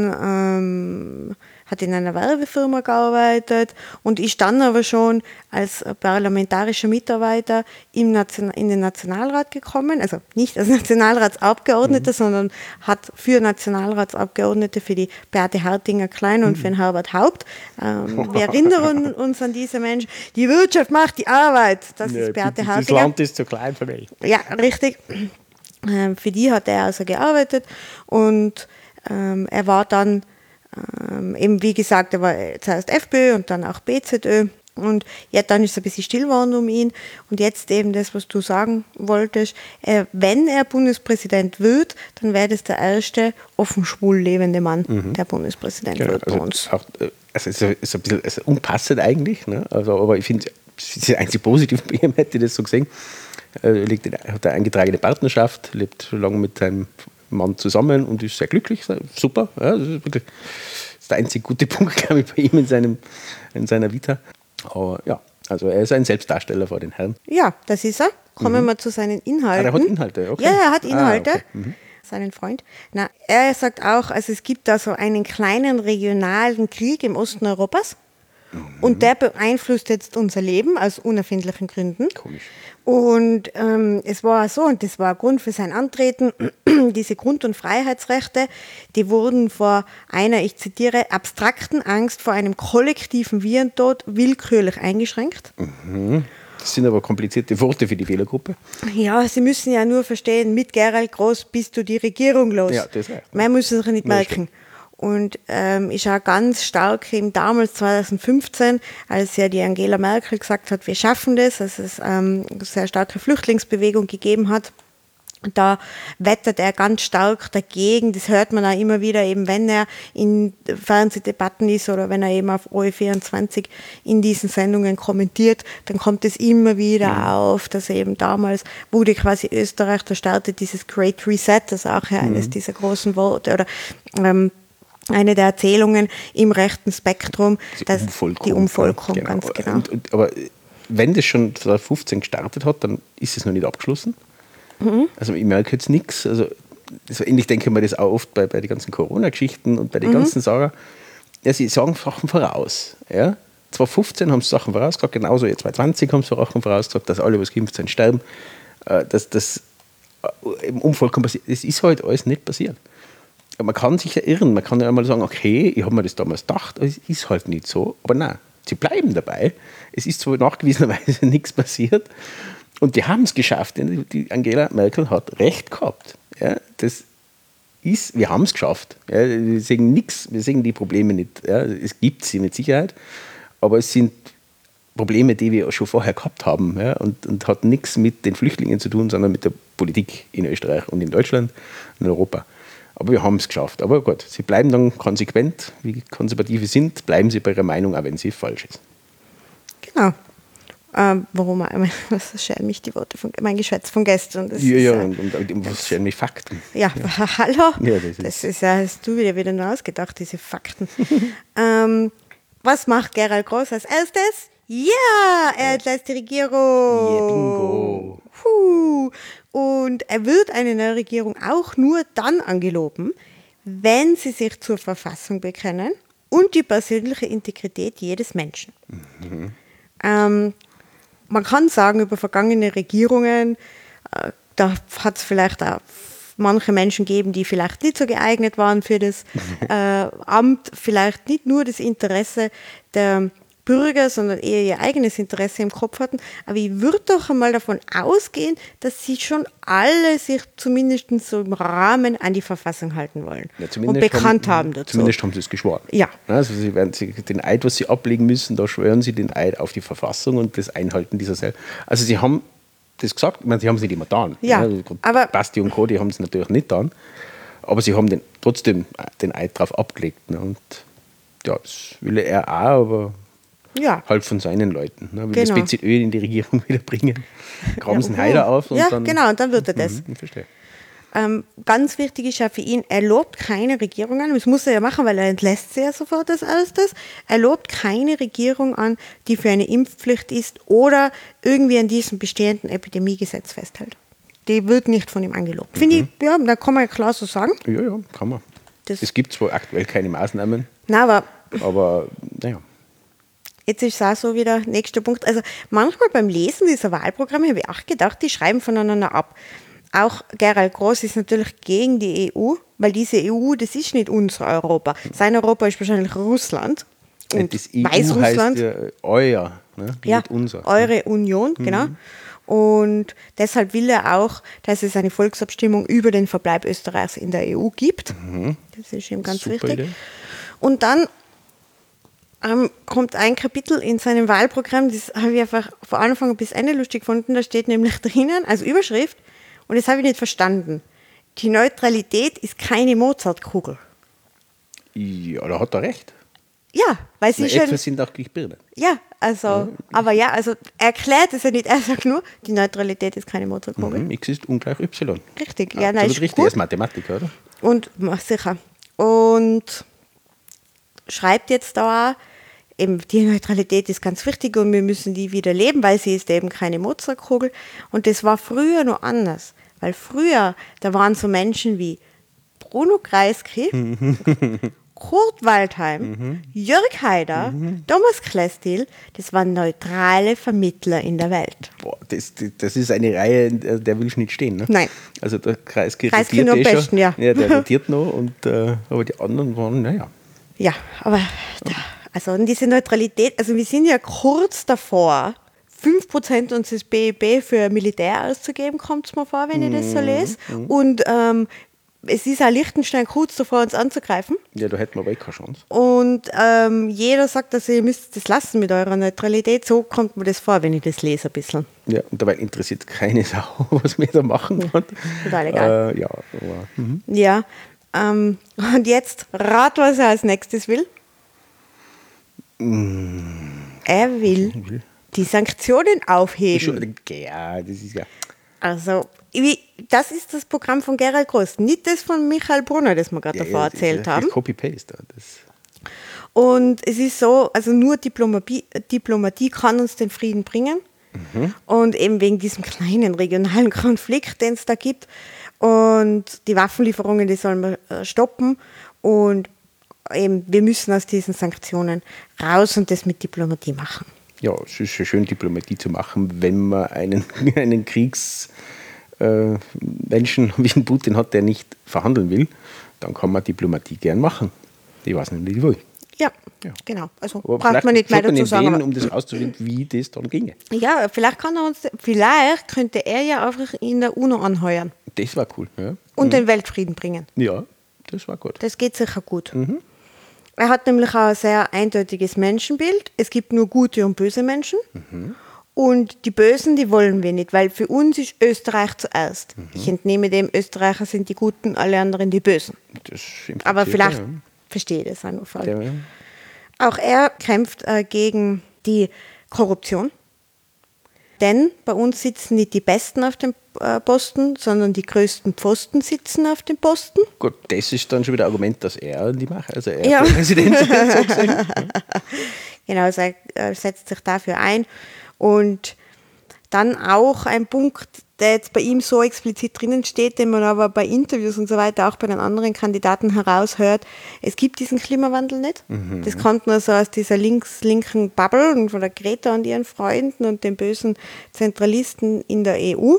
Speaker 1: dann hat in einer Werbefirma gearbeitet und ist dann aber schon als parlamentarischer Mitarbeiter in den Nationalrat gekommen, also nicht als Nationalratsabgeordneter, sondern hat für Nationalratsabgeordnete, für die Beate Hartinger-Klein und für den Herbert Haupt. Wir erinnern uns an diese Menschen. Die Wirtschaft macht die Arbeit. Das ist Beate Hartinger.
Speaker 2: Das Land ist zu klein für mich.
Speaker 1: Ja, richtig. Für die hat er also gearbeitet, und er war dann eben, wie gesagt, er war zuerst FPÖ und dann auch BZÖ, und dann ist es ein bisschen still geworden um ihn, und jetzt eben das, was du sagen wolltest, wenn er Bundespräsident wird, dann wäre das der erste offen schwul lebende Mann, der Bundespräsident wird bei uns.
Speaker 2: Auch, also ist ein bisschen unpassend eigentlich, ne? Also, aber ich finde, das einzig Positive bei ihm, hätte ich das so gesehen. Er hat eine eingetragene Partnerschaft, lebt schon lange mit seinem Mann zusammen und ist sehr glücklich, super. Ja, das ist wirklich der einzige gute Punkt, glaube ich, bei ihm in seiner Vita. Aber ja, also er ist ein Selbstdarsteller vor den Herren.
Speaker 1: Ja, das ist er. Kommen wir zu seinen Inhalten.
Speaker 2: Er hat Inhalte, okay.
Speaker 1: Ja, er hat Inhalte.
Speaker 2: Okay.
Speaker 1: Seinen Freund. Er sagt auch, also es gibt da so einen kleinen regionalen Krieg im Osten Europas. Und der beeinflusst jetzt unser Leben aus unerfindlichen Gründen.
Speaker 2: Komisch.
Speaker 1: Und es war so, und das war Grund für sein Antreten, diese Grund- und Freiheitsrechte, die wurden vor einer, ich zitiere, abstrakten Angst vor einem kollektiven Virentod willkürlich eingeschränkt.
Speaker 2: Das sind aber komplizierte Worte für die Wählergruppe.
Speaker 1: Ja, Sie müssen ja nur verstehen, mit Gerald Groß bist du die Regierung los.
Speaker 2: Ja, das reicht.
Speaker 1: Mehr müssen Sie nicht merken. Und ist auch ganz stark eben damals 2015, als ja die Angela Merkel gesagt hat, wir schaffen das, als es eine sehr starke Flüchtlingsbewegung gegeben hat. Da wettert er ganz stark dagegen. Das hört man auch immer wieder, eben wenn er in Fernsehdebatten ist oder wenn er eben auf OE24 in diesen Sendungen kommentiert, dann kommt es immer wieder auf, dass eben damals wurde quasi Österreich, da startet dieses Great Reset, das ist auch eines dieser großen Worte, oder eine der Erzählungen im rechten Spektrum, die Umvolkung,
Speaker 2: genau.
Speaker 1: Ganz genau.
Speaker 2: Aber wenn das schon 2015 gestartet hat, dann ist es noch nicht abgeschlossen. Also ich merke jetzt nichts. Also ähnlich denke ich mir das auch oft bei den ganzen Corona-Geschichten und bei den ganzen Sachen. Ja, sie sagen Sachen voraus. Ja? 2015 haben sie Sachen vorausgesagt, genauso jetzt 2020 haben sie Sachen vorausgesagt, dass alle, was geimpft sind, sterben. Dass das im Umvolkung passiert. Das ist halt alles nicht passiert. Man kann sich ja irren, man kann ja einmal sagen, okay, ich habe mir das damals gedacht, aber es ist halt nicht so. Aber nein, sie bleiben dabei. Es ist zwar nachgewiesenerweise nichts passiert und die haben es geschafft. Die Angela Merkel hat recht gehabt. Ja, wir haben es geschafft. Ja, wir sehen nichts, wir sehen die Probleme nicht. Ja, es gibt sie mit Sicherheit, aber es sind Probleme, die wir schon vorher gehabt haben, ja, und hat nichts mit den Flüchtlingen zu tun, sondern mit der Politik in Österreich und in Deutschland und in Europa. Aber wir haben es geschafft. Aber gut, sie bleiben dann konsequent, wie Konservative sind, bleiben sie bei ihrer Meinung, auch wenn sie falsch ist.
Speaker 1: Genau. Warum? Was scheren mich die Worte von mein Geschwätz von gestern? Das
Speaker 2: und was scheren mich Fakten?
Speaker 1: Ja, hallo?
Speaker 2: Ja,
Speaker 1: das ist ja, hast du wieder nur ausgedacht, diese Fakten. Was macht Gerald Groß als erstes? Ja, er entlässt die Regierung.
Speaker 2: Yeah, bingo.
Speaker 1: Und er wird eine neue Regierung auch nur dann angeloben, wenn sie sich zur Verfassung bekennen und die persönliche Integrität jedes Menschen. Man kann sagen, über vergangene Regierungen, da hat es vielleicht auch manche Menschen gegeben, die vielleicht nicht so geeignet waren für das Amt, vielleicht nicht nur das Interesse der Bürger, sondern eher ihr eigenes Interesse im Kopf hatten. Aber ich würde doch einmal davon ausgehen, dass sie schon alle sich zumindest so im Rahmen an die Verfassung halten wollen und bekannt haben dazu.
Speaker 2: Zumindest haben sie es geschworen.
Speaker 1: Ja.
Speaker 2: Also sie werden den Eid, was sie ablegen müssen, da schwören sie den Eid auf die Verfassung und das Einhalten dieser selbst. Also sie haben das gesagt, ich meine, sie haben es nicht immer getan.
Speaker 1: Ja, aber
Speaker 2: Basti und Co., die haben es natürlich nicht getan, aber sie haben trotzdem den Eid drauf abgelegt. Ne? Und ja, das will er auch, aber
Speaker 1: ja.
Speaker 2: halt von seinen Leuten. Ne? Will
Speaker 1: Genau.
Speaker 2: das BZÖ in die Regierung wieder bringen, graben sie einen Heider auf und
Speaker 1: ja,
Speaker 2: dann...
Speaker 1: genau, und dann wird er das.
Speaker 2: Ich verstehe.
Speaker 1: Ganz wichtig ist ja für ihn, er lobt keine Regierung an, das muss er ja machen, weil er entlässt sie ja sofort als erstes. Er lobt keine Regierung an, die für eine Impfpflicht ist oder irgendwie an diesem bestehenden Epidemiegesetz festhält. Die wird nicht von ihm angelobt. Finde ich, ja, da kann man ja klar so sagen.
Speaker 2: Ja, kann man. Es gibt zwar aktuell keine Maßnahmen,
Speaker 1: aber
Speaker 2: naja.
Speaker 1: Jetzt ist es auch so wieder, nächster Punkt. Also manchmal beim Lesen dieser Wahlprogramme habe ich auch gedacht, die schreiben voneinander ab. Auch Gerald Groß ist natürlich gegen die EU, weil diese EU, das ist nicht unser Europa. Sein Europa ist wahrscheinlich Russland und
Speaker 2: das EU
Speaker 1: Weißrussland.
Speaker 2: Heißt ja euer, ne?
Speaker 1: Ja,
Speaker 2: nicht unser.
Speaker 1: eure Union, genau. Und deshalb will er auch, dass es eine Volksabstimmung über den Verbleib Österreichs in der EU gibt. Das ist ihm ganz
Speaker 2: Super
Speaker 1: wichtig.
Speaker 2: Idee.
Speaker 1: Und dann kommt ein Kapitel in seinem Wahlprogramm, das habe ich einfach von Anfang bis Ende lustig gefunden, da steht nämlich drinnen, als Überschrift, und das habe ich nicht verstanden, die Neutralität ist keine Mozartkugel.
Speaker 2: Ja, da hat er recht.
Speaker 1: Ja, weil sie schon...
Speaker 2: Äpfel sind auch gleich Birnen.
Speaker 1: Ja, also, aber ja, also er erklärt es ja nicht, er sagt nur, die Neutralität ist keine Mozartkugel.
Speaker 2: X ist ungleich Y.
Speaker 1: Richtig, ja,
Speaker 2: nein,
Speaker 1: ist
Speaker 2: richtig,
Speaker 1: gut.
Speaker 2: er ist Mathematiker, oder?
Speaker 1: Und sicher. Und schreibt jetzt da auch, eben die Neutralität ist ganz wichtig und wir müssen die wieder leben, weil sie ist eben keine Mozartkugel. Und das war früher noch anders. Weil früher, da waren so Menschen wie Bruno Kreisky, Kurt Waldheim, Jörg Haider, Thomas Klestil, das waren neutrale Vermittler in der Welt.
Speaker 2: Boah, das ist eine Reihe, der will nicht stehen. Ne?
Speaker 1: Nein.
Speaker 2: Also der Kreisky
Speaker 1: nur am besten,
Speaker 2: schon.
Speaker 1: ja.
Speaker 2: Ja, der rotiert noch, aber die anderen waren, naja.
Speaker 1: Ja, aber also und diese Neutralität, also wir sind ja kurz davor, 5% unseres BIP für Militär auszugeben, kommt es mir vor, wenn ich das so lese. Und es ist auch Liechtenstein kurz davor, uns anzugreifen.
Speaker 2: Ja, da hätten wir aber keine Chance.
Speaker 1: Und jeder sagt, also ihr müsst das lassen mit eurer Neutralität. So kommt mir das vor, wenn ich das lese ein bisschen.
Speaker 2: Ja, und dabei interessiert keine Sau, was wir da machen.
Speaker 1: Total egal.
Speaker 2: Ja, aber,
Speaker 1: Ja, und jetzt rat, was er als nächstes will. Er will die Sanktionen aufheben.
Speaker 2: Ja, das ist ja...
Speaker 1: Also, das ist das Programm von Gerald Groß, nicht das von Michael Brunner, das wir gerade davor erzählt haben.
Speaker 2: Copy-Paste.
Speaker 1: Und es ist so, also nur Diplomatie kann uns den Frieden bringen. Und eben wegen diesem kleinen regionalen Konflikt, den es da gibt. Und die Waffenlieferungen, die sollen wir stoppen. Und eben, wir müssen aus diesen Sanktionen raus und das mit Diplomatie machen.
Speaker 2: Ja, es ist schön, Diplomatie zu machen, wenn man einen Kriegsmenschen wie einen Putin hat, der nicht verhandeln will, dann kann man Diplomatie gern machen. Ich weiß nicht, wie ich will.
Speaker 1: Ja, genau. Also
Speaker 2: aber
Speaker 1: braucht man nicht mehr dazu sagen.
Speaker 2: Um das auszufinden, wie das dann ginge.
Speaker 1: Ja, vielleicht könnte er ja einfach in der UNO anheuern.
Speaker 2: Das war cool. Ja.
Speaker 1: Und den Weltfrieden bringen.
Speaker 2: Ja, das war gut.
Speaker 1: Das geht sicher gut. Er hat nämlich auch ein sehr eindeutiges Menschenbild. Es gibt nur gute und böse Menschen. Und die Bösen, die wollen wir nicht, weil für uns ist Österreich zuerst. Ich entnehme dem, Österreicher sind die Guten, alle anderen die Bösen. Aber vielleicht verstehe ich das auch nur falsch. Ja. Auch er kämpft gegen die Korruption. Denn bei uns sitzen nicht die Besten auf dem Posten, sondern die größten Pfosten sitzen auf dem Posten.
Speaker 2: Gut, das ist dann schon wieder ein Argument, dass er die macht, also er
Speaker 1: Ja.
Speaker 2: der Präsident ist, so gesehen.
Speaker 1: Genau, also er setzt sich dafür ein. Und dann auch ein Punkt, der jetzt bei ihm so explizit drinnen steht, den man aber bei Interviews und so weiter auch bei den anderen Kandidaten heraushört, es gibt diesen Klimawandel nicht. Das kommt nur so aus dieser linken Bubble und von der Greta und ihren Freunden und den bösen Zentralisten in der EU.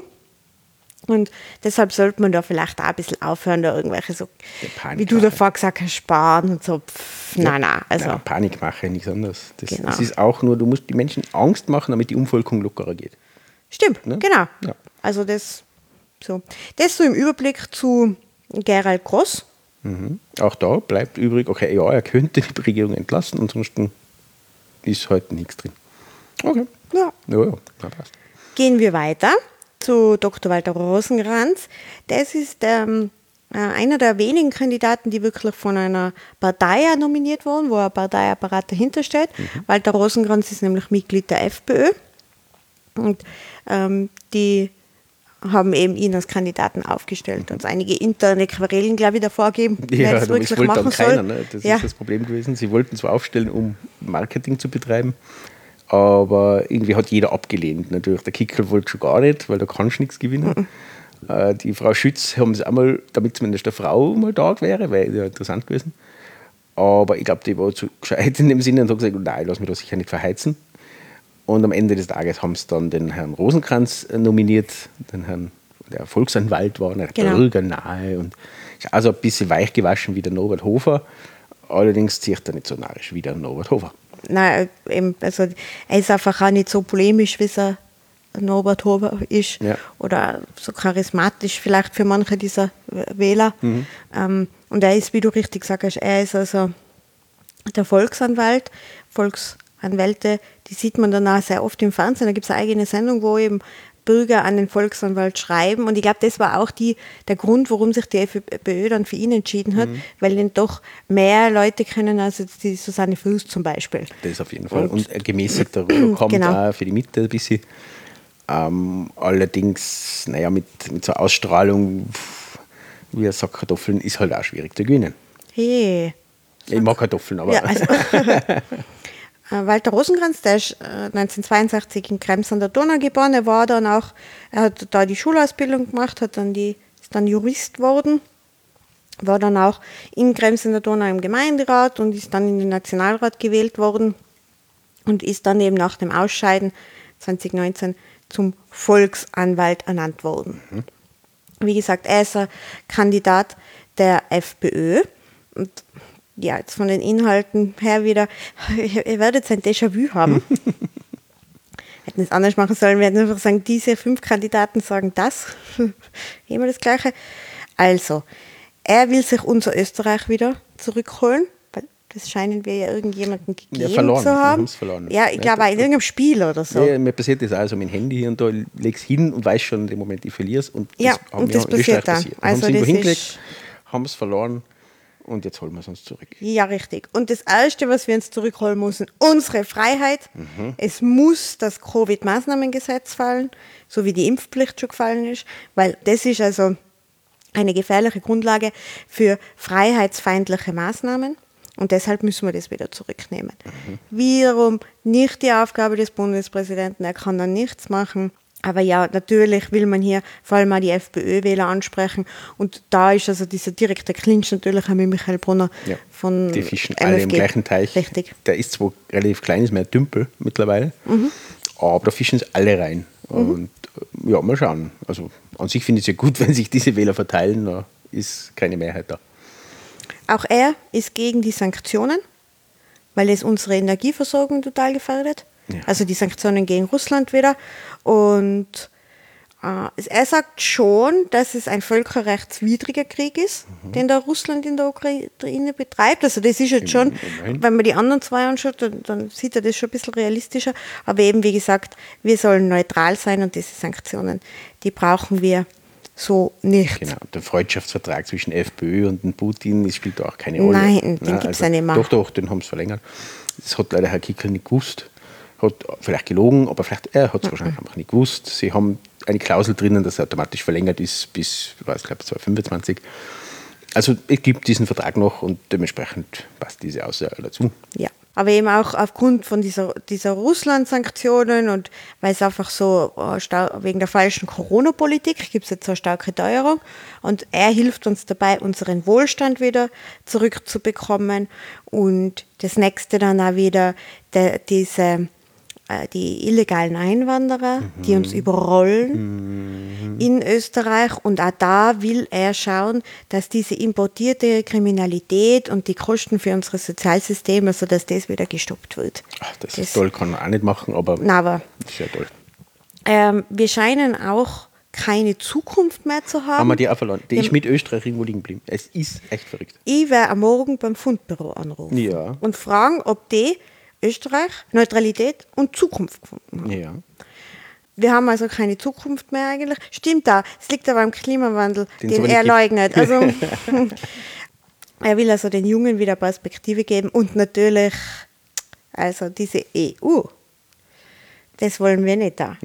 Speaker 1: Und deshalb sollte man da vielleicht auch ein bisschen aufhören, da irgendwelche so, wie du davor gesagt hast, sparen und so. Nein. Also,
Speaker 2: Nein, Panikmache, nichts anderes.
Speaker 1: Genau.
Speaker 2: Das ist auch nur, du musst die Menschen Angst machen, damit die Umvolkung lockerer geht.
Speaker 1: stimmt,
Speaker 2: Ne?
Speaker 1: genau.
Speaker 2: Ja.
Speaker 1: Also das so im Überblick zu Gerald Gross.
Speaker 2: Auch da bleibt übrig, okay, ja, er könnte die Regierung entlassen, ansonsten ist heute nichts drin. Okay.
Speaker 1: Ja.
Speaker 2: Ja, passt.
Speaker 1: Gehen wir weiter zu Dr. Walter Rosenkranz. Das ist einer der wenigen Kandidaten, die wirklich von einer Partei nominiert wurden, wo ein Parteiapparat dahinter steht. Walter Rosenkranz ist nämlich Mitglied der FPÖ und die haben eben ihn als Kandidaten aufgestellt und einige interne Querelen, glaube ich, davor geben, wer
Speaker 2: Ja,
Speaker 1: das
Speaker 2: das
Speaker 1: wirklich
Speaker 2: wollte
Speaker 1: machen
Speaker 2: dann
Speaker 1: soll.
Speaker 2: keiner. Ne? Das ist das Problem gewesen. Sie wollten zwar aufstellen, um Marketing zu betreiben, aber irgendwie hat jeder abgelehnt. Natürlich, der Kickel wollte schon gar nicht, weil da kannst du nichts gewinnen. Die Frau Schütz haben sie einmal, damit zumindest eine Frau mal da wäre, wäre ja interessant gewesen. Aber ich glaube, die war zu gescheit in dem Sinne und hat gesagt, nein, lass mich da sicher nicht verheizen. Und am Ende des Tages haben sie dann den Herrn Rosenkranz nominiert, den Herrn, der Volksanwalt war, der bürgernahe und ist also ein bisschen weich gewaschen wie der Norbert Hofer. Allerdings zieht er nicht so narrisch wie der Norbert Hofer.
Speaker 1: Nein, eben, also er ist einfach auch nicht so polemisch, wie es ein Norbert Hofer ist.
Speaker 2: Ja.
Speaker 1: Oder so charismatisch vielleicht für manche dieser Wähler. Und er ist, wie du richtig gesagt hast, er ist also der Volksanwalt. Volksanwälte, die sieht man dann auch sehr oft im Fernsehen. Da gibt es eine eigene Sendung, wo eben Bürger an den Volksanwalt schreiben. Und ich glaube, das war auch der Grund, warum sich die FPÖ dann für ihn entschieden hat, weil ihn doch mehr Leute kennen als jetzt die Susanne Fuß zum Beispiel.
Speaker 2: Das auf jeden Fall. Und ein gemäßigter rüberkommt
Speaker 1: Genau.
Speaker 2: auch für die Mitte ein bisschen. Allerdings, naja, mit so einer Ausstrahlung wie ein Sack Kartoffeln ist halt auch schwierig zu gewinnen.
Speaker 1: Hey.
Speaker 2: Ich mag Kartoffeln, aber
Speaker 1: Ja, also Walter Rosenkranz, der ist 1962 in Krems an der Donau geboren. Er hat da die Schulausbildung gemacht, ist dann Jurist geworden, war dann auch in Krems an der Donau im Gemeinderat und ist dann in den Nationalrat gewählt worden und ist dann eben nach dem Ausscheiden 2019 zum Volksanwalt ernannt worden. Wie gesagt, er ist ein Kandidat der FPÖ und ja, jetzt von den Inhalten her wieder, ihr werdet ein Déjà-vu haben. Hätten es anders machen sollen, wir hätten einfach sagen, diese 5 Kandidaten sagen das. Immer das Gleiche. Also, er will sich unser Österreich wieder zurückholen, weil das scheinen wir ja irgendjemanden gegeben
Speaker 2: verloren.
Speaker 1: zu haben.
Speaker 2: Wir haben's verloren.
Speaker 1: Ja, ich glaube auch in irgendeinem Spiel oder so.
Speaker 2: Ja, mir passiert das also mit dem Handy hier und da, ich lege es hin und weiß schon in dem Moment, ich verliere es. Und
Speaker 1: Ja, und das
Speaker 2: in Österreich
Speaker 1: passiert dann.
Speaker 2: Dann
Speaker 1: Also
Speaker 2: haben sie
Speaker 1: das
Speaker 2: irgendwo hingelegt,
Speaker 1: ist-
Speaker 2: haben es verloren und jetzt holen wir es uns zurück.
Speaker 1: Ja, richtig. Und das Erste, was wir uns zurückholen müssen, unsere Freiheit. Es muss das Covid-Maßnahmengesetz fallen, so wie die Impfpflicht schon gefallen ist, weil das ist also eine gefährliche Grundlage für freiheitsfeindliche Maßnahmen. Und deshalb müssen wir das wieder zurücknehmen. Wiederum nicht die Aufgabe des Bundespräsidenten, er kann dann nichts machen. Aber ja, natürlich will man hier vor allem auch die FPÖ-Wähler ansprechen. Und da ist also dieser direkte Clinch natürlich auch mit Michael Brunner
Speaker 2: Ja,
Speaker 1: von
Speaker 2: die fischen alle im
Speaker 1: MFG.
Speaker 2: gleichen Teich.
Speaker 1: Richtig.
Speaker 2: Der ist zwar relativ klein, ist mehr ein Tümpel mittlerweile, aber da fischen es alle rein. Und ja, mal schauen. Also an sich finde ich es ja gut, wenn sich diese Wähler verteilen, da ist keine Mehrheit da.
Speaker 1: Auch er ist gegen die Sanktionen, weil es unsere Energieversorgung total gefährdet.
Speaker 2: Ja.
Speaker 1: Also die Sanktionen gegen Russland wieder. Und er sagt schon, dass es ein völkerrechtswidriger Krieg ist, den da Russland in der Ukraine betreibt. Also das ist jetzt schon,
Speaker 2: Immerhin.
Speaker 1: wenn man die anderen zwei anschaut, dann sieht er das schon ein bisschen realistischer. Aber eben, wie gesagt, wir sollen neutral sein und diese Sanktionen, die brauchen wir so nicht.
Speaker 2: Genau, der Freundschaftsvertrag zwischen FPÖ und dem Putin, das spielt da auch keine Rolle.
Speaker 1: Nein, den gibt's ja nicht mehr.
Speaker 2: Doch, den haben sie verlängert. Das hat leider Herr Kickel nicht gewusst. hat vielleicht gelogen, aber vielleicht er hat es wahrscheinlich einfach nicht gewusst. Sie haben eine Klausel drinnen, dass er automatisch verlängert ist bis, ich glaube, 2025. Also es gibt diesen Vertrag noch und dementsprechend passt diese Aussage dazu.
Speaker 1: Ja, aber eben auch aufgrund von dieser Russland-Sanktionen und weil es einfach so wegen der falschen Corona-Politik gibt es jetzt so eine starke Teuerung und er hilft uns dabei, unseren Wohlstand wieder zurückzubekommen und das nächste dann auch wieder die illegalen Einwanderer, die uns überrollen in Österreich. Und auch da will er schauen, dass diese importierte Kriminalität und die Kosten für unsere Sozialsysteme, sodass das wieder gestoppt wird.
Speaker 2: Ach, das ist toll, kann man auch nicht machen, aber
Speaker 1: das
Speaker 2: ist sehr toll.
Speaker 1: Wir scheinen auch keine Zukunft mehr zu haben.
Speaker 2: Haben wir die auch verloren? Die ist mit Österreich irgendwo liegen geblieben. Es ist echt verrückt.
Speaker 1: Ich werde am Morgen beim Fundbüro anrufen und fragen, ob die Österreich, Neutralität und Zukunft gefunden haben.
Speaker 2: Ja.
Speaker 1: Wir haben also keine Zukunft mehr eigentlich. Stimmt da, es liegt aber am Klimawandel, den er leugnet. Also, er will also den Jungen wieder Perspektive geben und natürlich, also diese EU, das wollen wir nicht da.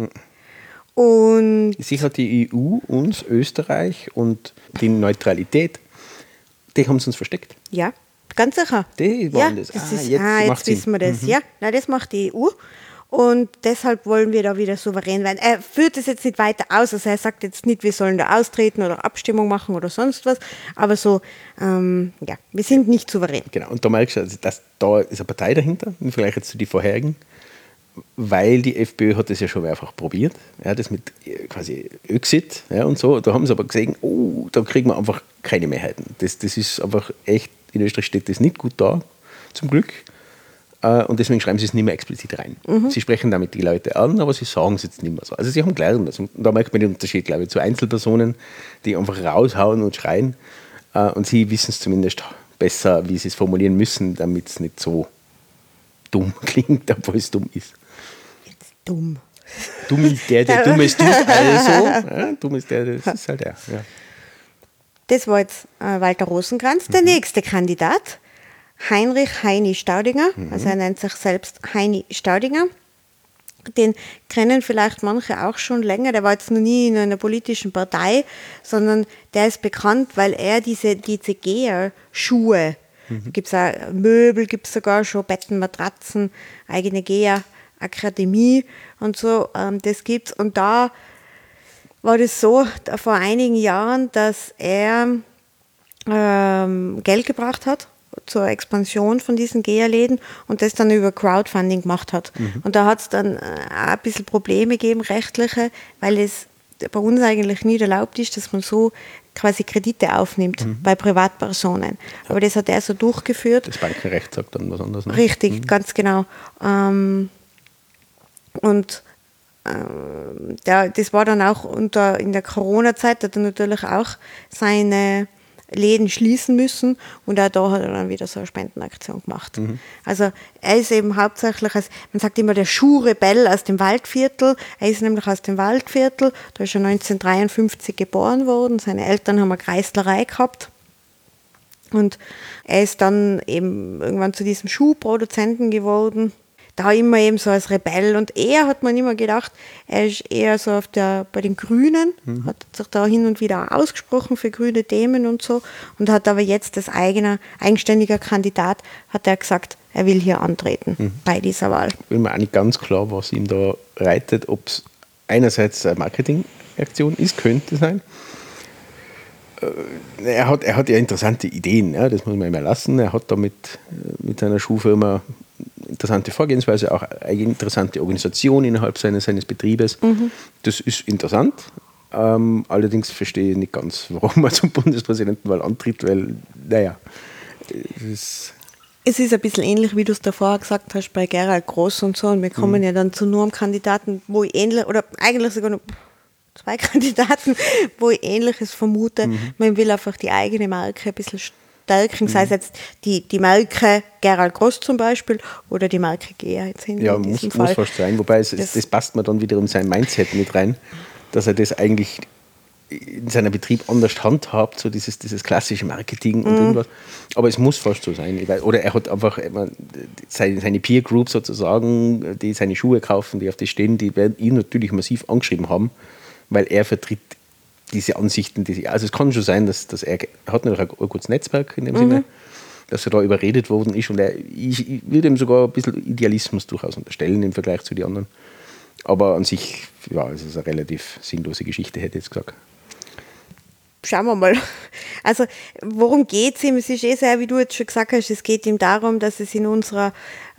Speaker 1: Und
Speaker 2: sicher die EU, uns, Österreich und die Neutralität, die haben sie uns versteckt.
Speaker 1: Ja. Ganz sicher.
Speaker 2: Die wollen das.
Speaker 1: Jetzt wissen wir das. Ja, das macht die EU. Und deshalb wollen wir da wieder souverän werden. Er führt es jetzt nicht weiter aus. Also er sagt jetzt nicht, wir sollen da austreten oder Abstimmung machen oder sonst was. Aber so, wir sind nicht souverän.
Speaker 2: Genau. Und da merkst du, also, dass da ist eine Partei dahinter, im Vergleich jetzt zu den vorherigen. Weil die FPÖ hat das ja schon mehrfach probiert. Ja, das mit quasi Öxit und so. Da haben sie aber gesehen, da kriegen wir einfach keine Mehrheiten. Das ist einfach echt, in Österreich steht das nicht gut da, zum Glück. Und deswegen schreiben sie es nicht mehr explizit rein. Sie sprechen damit die Leute an, aber sie sagen es jetzt nicht mehr so. Also sie haben gelernt. Also, da merkt man den Unterschied, glaube ich, zu Einzelpersonen, die einfach raushauen und schreien. Und sie wissen es zumindest besser, wie sie es formulieren müssen, damit es nicht so dumm klingt, obwohl es dumm ist.
Speaker 1: Jetzt dumm.
Speaker 2: Dumm ist der Dummes tut, also. Ja, dumm ist der, das ist halt der. Ja.
Speaker 1: Das war jetzt Walter Rosenkranz. Der nächste Kandidat, Heinrich Heini Staudinger, also er nennt sich selbst Heini Staudinger. Den kennen vielleicht manche auch schon länger, der war jetzt noch nie in einer politischen Partei, sondern der ist bekannt, weil er diese Geher-Schuhe, gibt es auch Möbel, gibt es sogar schon, Betten, Matratzen, eigene Geher-Akademie und so, das gibt's. Und da war das so, vor einigen Jahren, dass er Geld gebracht hat zur Expansion von diesen Geher-Läden und das dann über Crowdfunding gemacht hat. Und da hat es dann auch ein bisschen Probleme gegeben, rechtliche, weil es bei uns eigentlich nicht erlaubt ist, dass man so quasi Kredite aufnimmt bei Privatpersonen. Aber das hat er so durchgeführt.
Speaker 2: Das Bankenrecht sagt dann was anderes. Ne?
Speaker 1: Richtig, ganz genau. Das war dann auch in der Corona-Zeit, hat er natürlich auch seine Läden schließen müssen und auch da hat er dann wieder so eine Spendenaktion gemacht. Also er ist eben hauptsächlich, man sagt immer der Schuhrebell aus dem Waldviertel, er ist nämlich aus dem Waldviertel, da ist er 1953 geboren worden, seine Eltern haben eine Kreislerei gehabt und er ist dann eben irgendwann zu diesem Schuhproduzenten geworden. Da immer eben so als Rebell und er hat man immer gedacht, er ist eher so bei den Grünen, hat sich da hin und wieder auch ausgesprochen für grüne Themen und so und hat aber jetzt als eigenständiger Kandidat, hat er gesagt, er will hier antreten bei dieser Wahl.
Speaker 2: Ich bin mir auch nicht ganz klar, was ihm da reitet, ob es einerseits eine Marketingaktion ist, könnte sein. Er hat ja interessante Ideen, ja, das muss man ihm lassen. Er hat da mit seiner Schuhfirma interessante Vorgehensweise, auch eine interessante Organisation innerhalb seines Betriebes. Das ist interessant. Allerdings verstehe ich nicht ganz, warum er zum Bundespräsidentenwahl antritt, weil, es
Speaker 1: ist ein bisschen ähnlich, wie du es davor gesagt hast, bei Gerald Groß und so. Und wir kommen ja dann zu nur einem Kandidaten, wo ich ähnlich, oder eigentlich sogar noch 2 Kandidaten, wo ich Ähnliches vermute. Man will einfach die eigene Marke ein bisschen stärken, sei es jetzt die Marke Gerald Groß zum Beispiel oder die Marke Geher jetzt in diesem Fall.
Speaker 2: Muss fast sein, wobei das passt mir dann wiederum sein Mindset mit rein, dass er das eigentlich in seinem Betrieb anders handhabt, so dieses klassische Marketing und irgendwas. Aber es muss fast so sein. Oder er hat einfach seine Peer Group sozusagen, die seine Schuhe kaufen, die auf die stehen, die werden ihn natürlich massiv angeschrieben haben, weil er vertritt diese Ansichten. Also es kann schon sein, dass er hat natürlich ein gutes Netzwerk in dem Sinne, dass er da überredet worden ist. Und ich würde ihm sogar ein bisschen Idealismus durchaus unterstellen im Vergleich zu den anderen. Aber an sich, ja, es ist eine relativ sinnlose Geschichte, hätte ich jetzt gesagt.
Speaker 1: Schauen wir mal. Also, worum geht es ihm? Es ist sehr, wie du jetzt schon gesagt hast, es geht ihm darum, dass es in unserer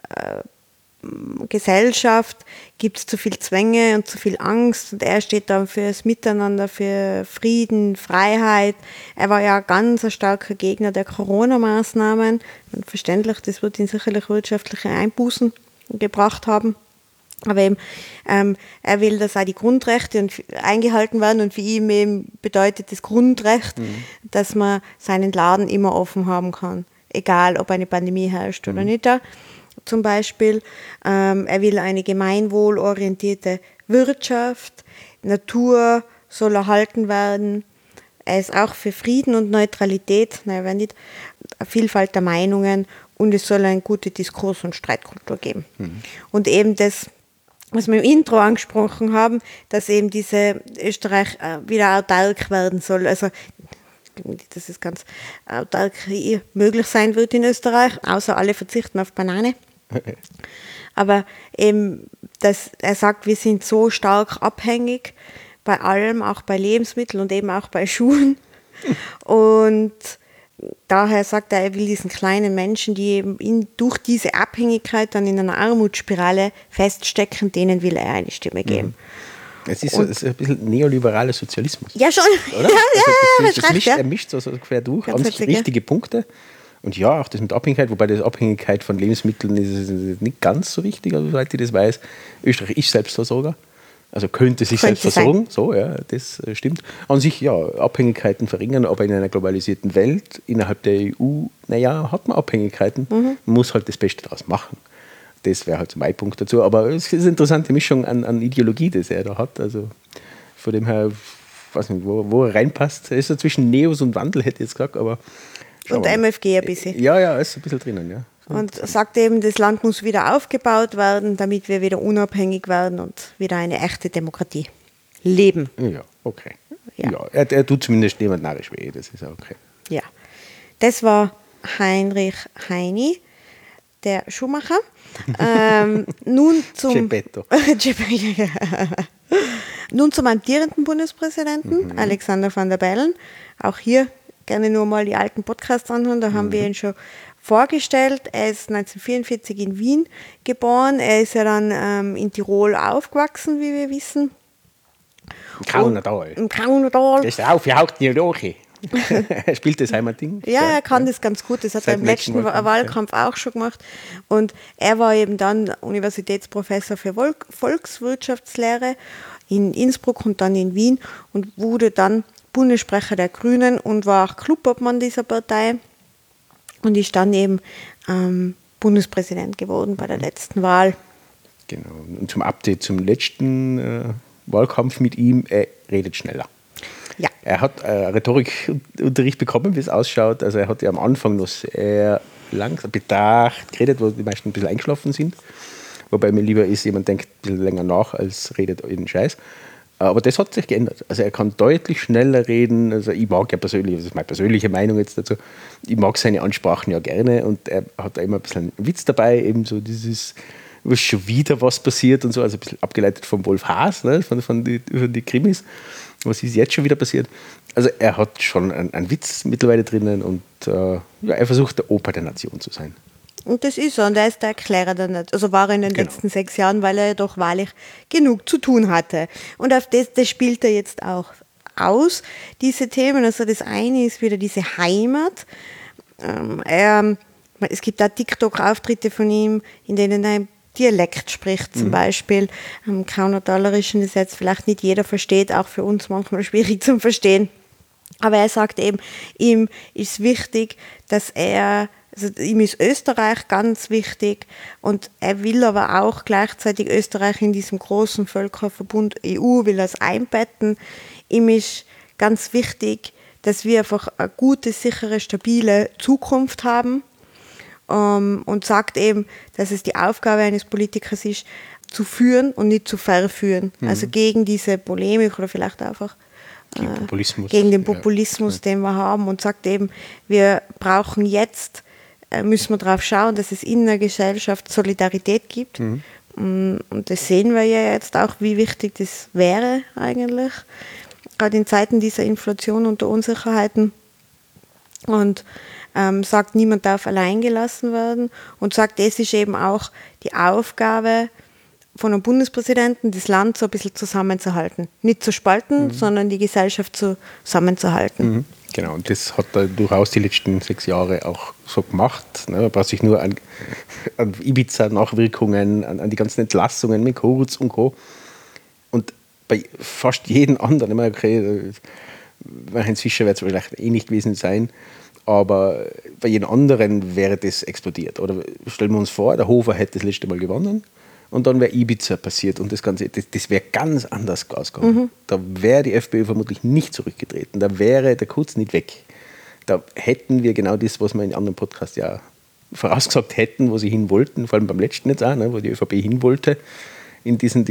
Speaker 1: Gesellschaft gibt es zu viel Zwänge und zu viel Angst und er steht da für das Miteinander, für Frieden, Freiheit. Er war ja ganz ein starker Gegner der Corona-Maßnahmen. Und verständlich, das wird ihn sicherlich wirtschaftliche Einbußen gebracht haben. Aber eben, er will, dass auch die Grundrechte eingehalten werden und für ihn eben bedeutet das Grundrecht, dass man seinen Laden immer offen haben kann, egal ob eine Pandemie herrscht oder nicht. Zum Beispiel, er will eine gemeinwohlorientierte Wirtschaft, Natur soll erhalten werden. Er ist auch für Frieden und Neutralität, wenn nicht, Vielfalt der Meinungen und es soll eine gute Diskurs- und Streitkultur geben. Und eben das, was wir im Intro angesprochen haben, dass eben diese Österreich wieder autark werden soll. Also, dass es ganz autark möglich sein wird in Österreich, außer alle verzichten auf Banane. Aber eben, er sagt, wir sind so stark abhängig bei allem, auch bei Lebensmitteln und eben auch bei Schuhen. Und daher sagt er will diesen kleinen Menschen, die eben durch diese Abhängigkeit dann in einer Armutsspirale feststecken, denen will er eine Stimme geben.
Speaker 2: Es ist ein bisschen neoliberaler Sozialismus.
Speaker 1: Ja, schon.
Speaker 2: Oder? Er mischt so quer durch, an sich wichtige Punkte. Und ja, auch das mit Abhängigkeit, wobei das Abhängigkeit von Lebensmitteln ist nicht ganz so wichtig, also soweit ich das weiß. Österreich ist Selbstversorger, also könnte sich selbst versorgen. So, ja, das stimmt. An sich, ja, Abhängigkeiten verringern, aber in einer globalisierten Welt, innerhalb der EU, naja, hat man Abhängigkeiten, man muss halt das Beste daraus machen. Das wäre halt so mein Punkt dazu. Aber es ist eine interessante Mischung an Ideologie, die er da hat. Also von dem her, ich weiß nicht, wo er reinpasst. Er ist so zwischen Neos und Wandel, hätte ich jetzt gesagt, aber
Speaker 1: und MFG ein bisschen.
Speaker 2: Ja, ist ein bisschen drinnen, ja.
Speaker 1: Und sagt eben, das Land muss wieder aufgebaut werden, damit wir wieder unabhängig werden und wieder eine echte Demokratie leben.
Speaker 2: Ja, okay. Ja, er tut zumindest niemand narrisch weh, das ist okay.
Speaker 1: Ja, das war Heinrich Heini, der Schuhmacher. Nun zum Nun zum amtierenden Bundespräsidenten, Alexander Van der Bellen. Auch hier gerne nur mal die alten Podcasts anhören, da haben wir ihn schon vorgestellt. Er ist 1944 in Wien geboren, er ist ja dann in Tirol aufgewachsen, wie wir wissen.
Speaker 2: Im Kaunertal.
Speaker 1: Im Kaunertal.
Speaker 2: Das ist aufgehaucht in Roche. Er spielt das Heimatding.
Speaker 1: Ja, er kann das ganz gut. Das hat er im letzten Wahlkampf auch schon gemacht. Und er war eben dann Universitätsprofessor für Volkswirtschaftslehre in Innsbruck und dann in Wien und wurde dann Bundessprecher der Grünen und war auch Clubobmann dieser Partei und ist dann eben Bundespräsident geworden bei der letzten Wahl.
Speaker 2: Genau. Und zum Update zum letzten Wahlkampf mit ihm, er redet schneller.
Speaker 1: Ja.
Speaker 2: Er hat Rhetorikunterricht bekommen, wie es ausschaut. Also er hat ja am Anfang noch sehr langsam bedacht geredet, wo die meisten ein bisschen eingeschlafen sind. Wobei mir lieber ist, jemand denkt ein bisschen länger nach, als redet jeden Scheiß. Aber das hat sich geändert. Also er kann deutlich schneller reden. Also ich mag ja persönlich, das ist meine persönliche Meinung jetzt dazu, ich mag seine Ansprachen ja gerne und er hat da immer ein bisschen einen Witz dabei, eben so dieses, was schon wieder was passiert und so, also ein bisschen abgeleitet von Wolf Haas, ne, von die Krimis, was ist jetzt schon wieder passiert. Also er hat schon einen Witz mittlerweile drinnen und er versucht der Opa der Nation zu sein.
Speaker 1: Und das ist er und er ist der Erklärer der Nation, also war er in den letzten 6 Jahren, weil er ja doch wahrlich genug zu tun hatte. Und auf das spielt er jetzt auch aus, diese Themen. Also das eine ist wieder diese Heimat. Es gibt da TikTok-Auftritte von ihm, in denen er im Dialekt spricht, zum Beispiel. Kaunertalerischen ist jetzt vielleicht nicht jeder versteht, auch für uns manchmal schwierig zum Verstehen. Aber er sagt eben, ihm ist wichtig, also ihm ist Österreich ganz wichtig und er will aber auch gleichzeitig Österreich in diesem großen Völkerverbund EU, will das einbetten. Ihm ist ganz wichtig, dass wir einfach eine gute, sichere, stabile Zukunft haben, und sagt eben, dass es die Aufgabe eines Politikers ist, zu führen und nicht zu verführen. Also gegen diese Polemik oder vielleicht einfach gegen den Populismus, den wir haben, und sagt eben, wir brauchen jetzt, müssen wir darauf schauen, dass es in der Gesellschaft Solidarität gibt. Und das sehen wir ja jetzt auch, wie wichtig das wäre eigentlich, gerade in Zeiten dieser Inflation und der Unsicherheiten. Und sagt, niemand darf allein gelassen werden, und sagt, es ist eben auch die Aufgabe von einem Bundespräsidenten, das Land so ein bisschen zusammenzuhalten. Nicht zu spalten, sondern die Gesellschaft zusammenzuhalten.
Speaker 2: Genau, und das hat er durchaus die letzten 6 Jahre auch so gemacht. Ne? Man braucht sich nur an Ibiza-Nachwirkungen, an die ganzen Entlassungen mit Kurz und Co. Und bei fast jedem anderen, ich meine, okay, Heinz Fischer wird es vielleicht nicht gewesen sein, aber bei jedem anderen wäre das explodiert. Oder stellen wir uns vor, der Hofer hätte das letzte Mal gewonnen und dann wäre Ibiza passiert und das Ganze, das wäre ganz anders ausgegangen. Da wäre die FPÖ vermutlich nicht zurückgetreten, da wäre der Kurz nicht weg. Da hätten wir genau das, was wir in anderen Podcasts ja vorausgesagt hätten, wo sie hin wollten, vor allem beim letzten jetzt auch, ne, wo die ÖVP hin wollte, in diesen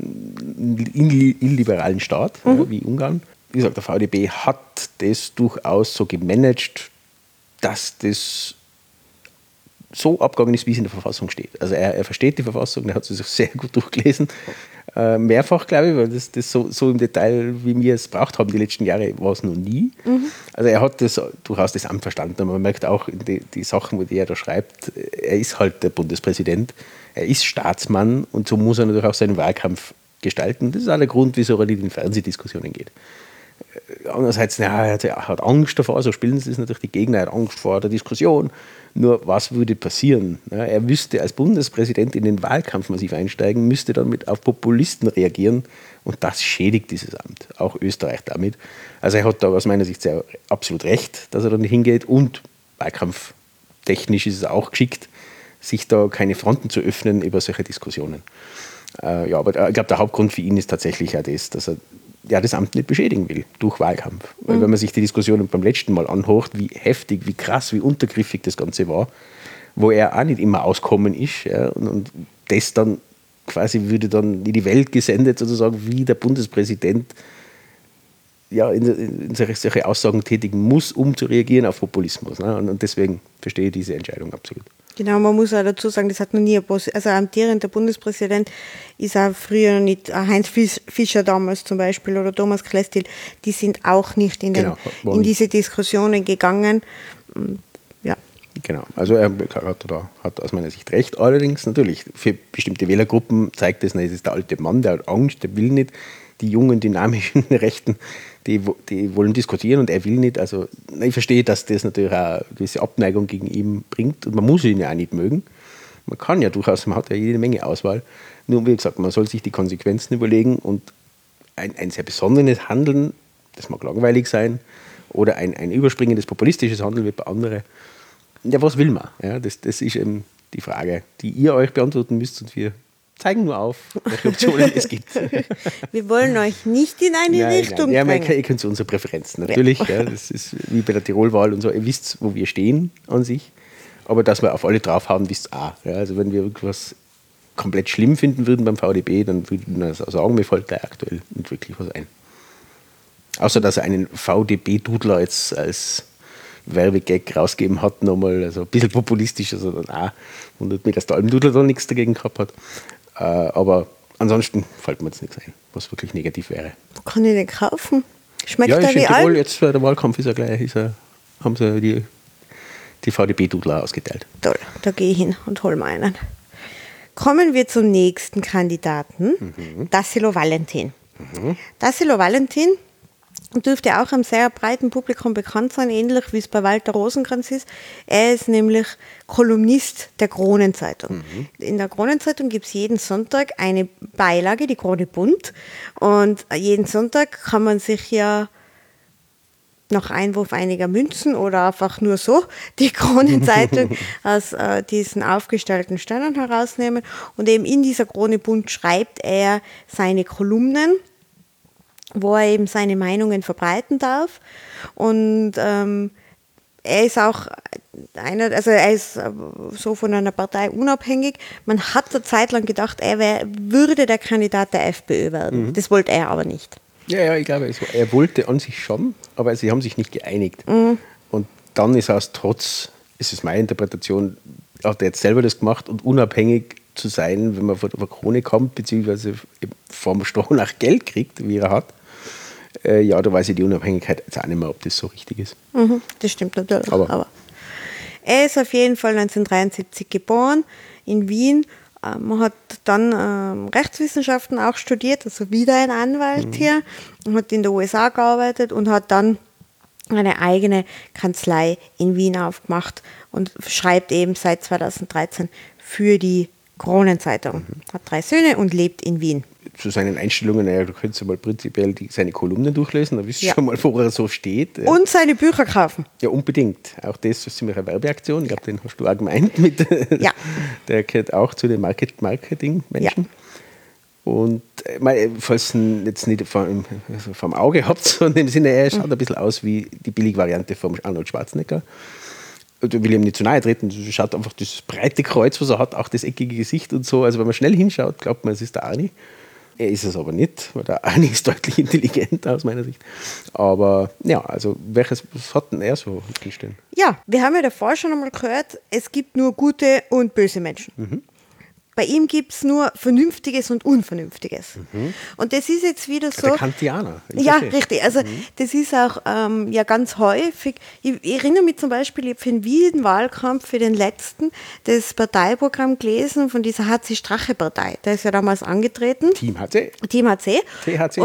Speaker 2: illiberalen Staat, ja, wie Ungarn. Wie gesagt, der VDB hat das durchaus so gemanagt, dass das so abgegangen ist, wie es in der Verfassung steht. Also er versteht die Verfassung, er hat sie sich sehr gut durchgelesen. Mehrfach, glaube ich, weil das so im Detail, wie wir es braucht haben die letzten Jahre, war es noch nie. Also er hat durchaus das Amt verstanden. Und man merkt auch in die Sachen, die er da schreibt, er ist halt der Bundespräsident, er ist Staatsmann und so muss er natürlich auch seinen Wahlkampf gestalten. Das ist auch der Grund, wieso er nicht in Fernsehdiskussionen geht. Andererseits, er hat Angst davor, so spielen sie es natürlich die Gegner, er hat Angst vor der Diskussion. Nur was würde passieren? Er müsste als Bundespräsident in den Wahlkampf massiv einsteigen, müsste dann auf Populisten reagieren und das schädigt dieses Amt, auch Österreich damit. Also er hat da aus meiner Sicht absolut recht, dass er da nicht hingeht, und wahlkampftechnisch ist es auch geschickt, sich da keine Fronten zu öffnen über solche Diskussionen. Ja, aber ich glaube, der Hauptgrund für ihn ist tatsächlich auch das, dass er das Amt nicht beschädigen will durch Wahlkampf. Weil wenn man sich die Diskussionen beim letzten Mal anhört, wie heftig, wie krass, wie untergriffig das Ganze war, wo er auch nicht immer auskommen ist, ja, und das dann quasi würde dann in die Welt gesendet, sozusagen, wie der Bundespräsident ja, in solche Aussagen tätigen muss, um zu reagieren auf Populismus. Ne? Und deswegen verstehe ich diese Entscheidung absolut.
Speaker 1: Genau, man muss auch dazu sagen, das hat noch nie also amtierender Bundespräsident ist auch früher nicht, Heinz Fischer damals zum Beispiel oder Thomas Klestil, die sind auch nicht in diese Diskussionen gegangen. Ja.
Speaker 2: Genau, also er hat aus meiner Sicht recht. Allerdings natürlich, für bestimmte Wählergruppen zeigt es, es ist der alte Mann, der hat Angst, der will nicht. Die jungen, dynamischen Rechten, die wollen diskutieren und er will nicht. Also ich verstehe, dass das natürlich auch eine gewisse Abneigung gegen ihn bringt und man muss ihn ja auch nicht mögen. Man kann ja durchaus, man hat ja jede Menge Auswahl. Nur wie gesagt, man soll sich die Konsequenzen überlegen und ein sehr besonderes Handeln, das mag langweilig sein, oder ein überspringendes populistisches Handeln wie bei anderen. Ja, was will man? Ja, das ist eben die Frage, die ihr euch beantworten müsst, und wir zeigen nur auf, welche Optionen es gibt.
Speaker 1: Wir wollen euch nicht in eine Richtung
Speaker 2: drängen. Ja, ihr könnt unsere Präferenzen natürlich. Ja. Das ist wie bei der Tirolwahl und so. Ihr wisst, wo wir stehen an sich. Aber dass wir auf alle draufhauen, wisst ihr auch. Ja, also wenn wir irgendwas komplett schlimm finden würden beim VDB, dann würden wir sagen, mir fällt da aktuell nicht wirklich was ein. Außer, dass er einen VDB-Dudler jetzt als Werbegag rausgegeben hat, nochmal, also ein bisschen populistisch, also dann auch wundert mich, dass der Almdudler da nichts dagegen gehabt hat. Aber ansonsten fällt mir jetzt nichts ein, was wirklich negativ wäre.
Speaker 1: Wo kann ich den kaufen? Schmeckt
Speaker 2: der
Speaker 1: wie
Speaker 2: Alm? Tirol, jetzt der Wahlkampf ist ja gleich, haben sie die VDB-Dudler ausgeteilt.
Speaker 1: Toll, da gehe ich hin und hole mir einen. Kommen wir zum nächsten Kandidaten, Dassilo Valentin. Dassilo Valentin dürfte auch einem sehr breiten Publikum bekannt sein, ähnlich wie es bei Walter Rosenkranz ist. Er ist nämlich Kolumnist der Kronenzeitung. In der Kronenzeitung gibt es jeden Sonntag eine Beilage, die Krone Bunt. Und jeden Sonntag kann man sich ja nach Einwurf einiger Münzen oder einfach nur so die Kronenzeitung aus diesen aufgestellten Sternen herausnehmen. Und eben in dieser Krone Bunt schreibt er seine Kolumnen. wo er eben seine Meinungen verbreiten darf. Und er ist auch er ist so von einer Partei unabhängig. Man hat eine Zeit lang gedacht, würde der Kandidat der FPÖ werden. Das wollte er aber nicht.
Speaker 2: Ja, ich glaube, er wollte an sich schon, aber sie haben sich nicht geeinigt. Und dann ist aus Trotz, ist es meine Interpretation, hat er jetzt selber das gemacht und unabhängig zu sein, wenn man von der Krone kommt, beziehungsweise vom Staat nach Geld kriegt, wie er hat. Ja, da weiß ich die Unabhängigkeit jetzt auch nicht mehr, ob das so richtig ist.
Speaker 1: Das stimmt natürlich. Aber er ist auf jeden Fall 1973 geboren in Wien. Man hat dann Rechtswissenschaften auch studiert, also wieder ein Anwalt hier, und hat in den USA gearbeitet und hat dann eine eigene Kanzlei in Wien aufgemacht und schreibt eben seit 2013 für die Kronenzeitung. Hat 3 Söhne und lebt in Wien.
Speaker 2: Zu seinen Einstellungen, du könntest ja mal prinzipiell seine Kolumnen durchlesen, da wisst ihr schon mal, wo er so steht.
Speaker 1: Und seine Bücher kaufen.
Speaker 2: Ja, unbedingt. Auch das ist ziemlich eine Werbeaktion. Ich glaube, den hast du auch gemeint. Der gehört auch zu den Marketing-Menschen. Ja. Und falls ihr jetzt nicht vom Auge habt, sondern im Sinne, er schaut ein bisschen aus wie die Billigvariante von Arnold Schwarzenegger. Da will ich ihm nicht zu nahe treten, schaut einfach das breite Kreuz, was er hat, auch das eckige Gesicht und so. Also wenn man schnell hinschaut, glaubt man, es ist der Arni. Er ist es aber nicht, weil der Arni ist deutlich intelligenter aus meiner Sicht. Aber ja, also was hat denn er so hinstellen?
Speaker 1: Ja, wir haben ja davor schon einmal gehört, es gibt nur gute und böse Menschen. Bei ihm gibt es nur Vernünftiges und Unvernünftiges. Und das ist jetzt wieder so.
Speaker 2: Der Kantianer.
Speaker 1: Ja, richtig. Also das ist auch ganz häufig. Ich erinnere mich zum Beispiel, ich habe für den Wien-Wahlkampf, für den letzten, das Parteiprogramm gelesen von dieser HC-Strache-Partei. Der ist ja damals angetreten.
Speaker 2: Team HC.
Speaker 1: THC.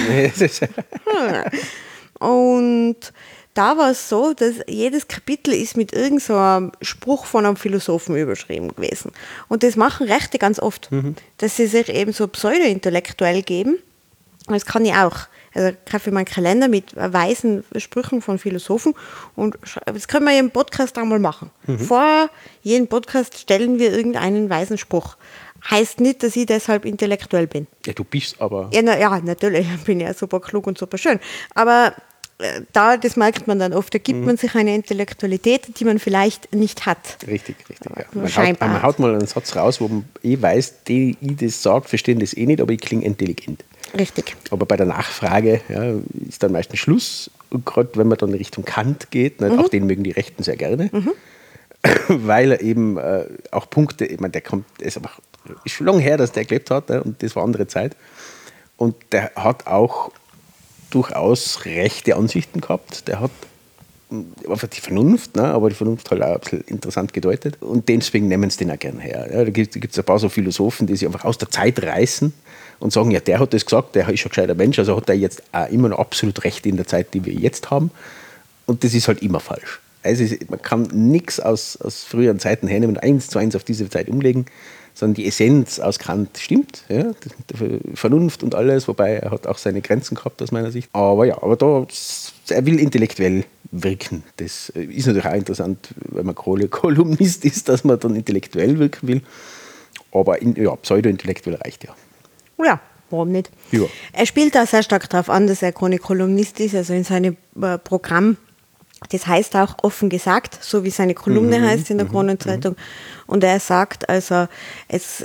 Speaker 1: Und da war es so, dass jedes Kapitel ist mit irgend so einem Spruch von einem Philosophen überschrieben gewesen. Und das machen Rechte ganz oft, dass sie sich eben so pseudo-intellektuell geben. Und das kann ich auch. Also ich kaufe meinen Kalender mit weisen Sprüchen von Philosophen und das können wir im Podcast einmal machen. Vor jedem Podcast stellen wir irgendeinen weisen Spruch. Heißt nicht, dass ich deshalb intellektuell bin.
Speaker 2: Ja, du bist aber...
Speaker 1: Ja, natürlich, ich bin ja super klug und super schön. Aber das merkt man dann oft, da gibt man sich eine Intellektualität, die man vielleicht nicht hat.
Speaker 2: Richtig. Ja. Man haut mal einen Satz raus, wo man weiß, die ich das sage, verstehen das nicht, aber ich klinge intelligent.
Speaker 1: Richtig.
Speaker 2: Aber bei der Nachfrage ist dann meistens Schluss. Und gerade wenn man dann in Richtung Kant geht, auch den mögen die Rechten sehr gerne, weil er eben auch Punkte, ich meine, ist schon lange her, dass der gelebt hat, und das war andere Zeit. Und der hat auch durchaus rechte Ansichten gehabt. Der hat einfach die Vernunft, aber die Vernunft halt auch ein bisschen interessant gedeutet. Und deswegen nehmen sie den auch gerne her. Ja, da gibt es ein paar so Philosophen, die sich einfach aus der Zeit reißen und sagen, ja, der hat das gesagt, der ist schon ein gescheiter Mensch, also hat er jetzt auch immer noch absolut recht in der Zeit, die wir jetzt haben. Und das ist halt immer falsch. Also man kann nichts aus früheren Zeiten hernehmen und 1:1 auf diese Zeit umlegen, sondern die Essenz aus Kant stimmt, ja, das mit der Vernunft und alles, wobei er hat auch seine Grenzen gehabt aus meiner Sicht. Aber er will intellektuell wirken. Das ist natürlich auch interessant, wenn man Kolumnist ist, dass man dann intellektuell wirken will. Aber pseudo-intellektuell reicht ja.
Speaker 1: Ja, warum nicht?
Speaker 2: Ja.
Speaker 1: Er spielt da sehr stark darauf an, dass er keine Kolumnist ist, also in seinem Programm. Das heißt auch offen gesagt, so wie seine Kolumne heißt in der Kronenzeitung. Und er sagt also, es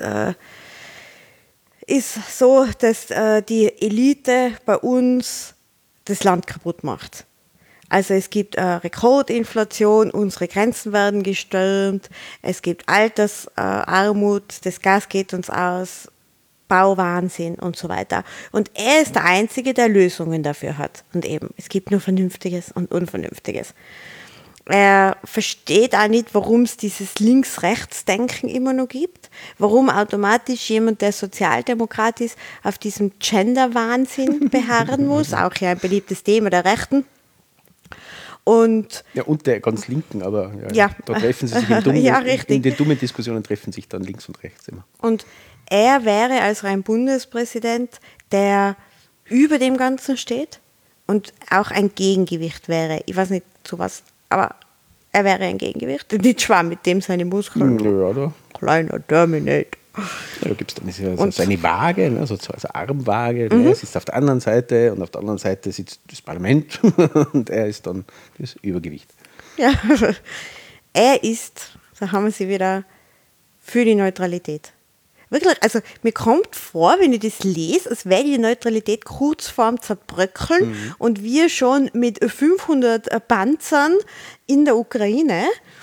Speaker 1: ist so, dass die Elite bei uns das Land kaputt macht. Also es gibt Rekordinflation, unsere Grenzen werden gestürmt, es gibt Altersarmut, das Gas geht uns aus, Bauwahnsinn und so weiter. Und er ist der Einzige, der Lösungen dafür hat. Und eben, es gibt nur Vernünftiges und Unvernünftiges. Er versteht auch nicht, warum es dieses Links-Rechts-Denken immer noch gibt. Warum automatisch jemand, der Sozialdemokrat ist, auf diesem Gender-Wahnsinn beharren muss. Auch ja ein beliebtes Thema der Rechten. Und
Speaker 2: der ganz Linken, aber
Speaker 1: da
Speaker 2: treffen sie sich in den dummen Diskussionen treffen sich dann links und rechts immer.
Speaker 1: Und er wäre also ein Bundespräsident, der über dem Ganzen steht und auch ein Gegengewicht wäre. Ich weiß nicht zu was, aber er wäre ein Gegengewicht. Nicht schwamm mit dem seine Muskeln.
Speaker 2: Ja, da.
Speaker 1: Kleiner Terminator.
Speaker 2: Ja, da gibt es dann so eine Waage, ne, so eine Armwaage. Er sitzt auf der anderen Seite und auf der anderen Seite sitzt das Parlament und er ist dann das Übergewicht.
Speaker 1: Ja, er ist, da haben wir sie wieder, für die Neutralität. Wirklich, also mir kommt vor, wenn ich das lese, als wäre die Neutralität kurz vorm Zerbröckeln und wir schon mit 500 Panzern in der Ukraine.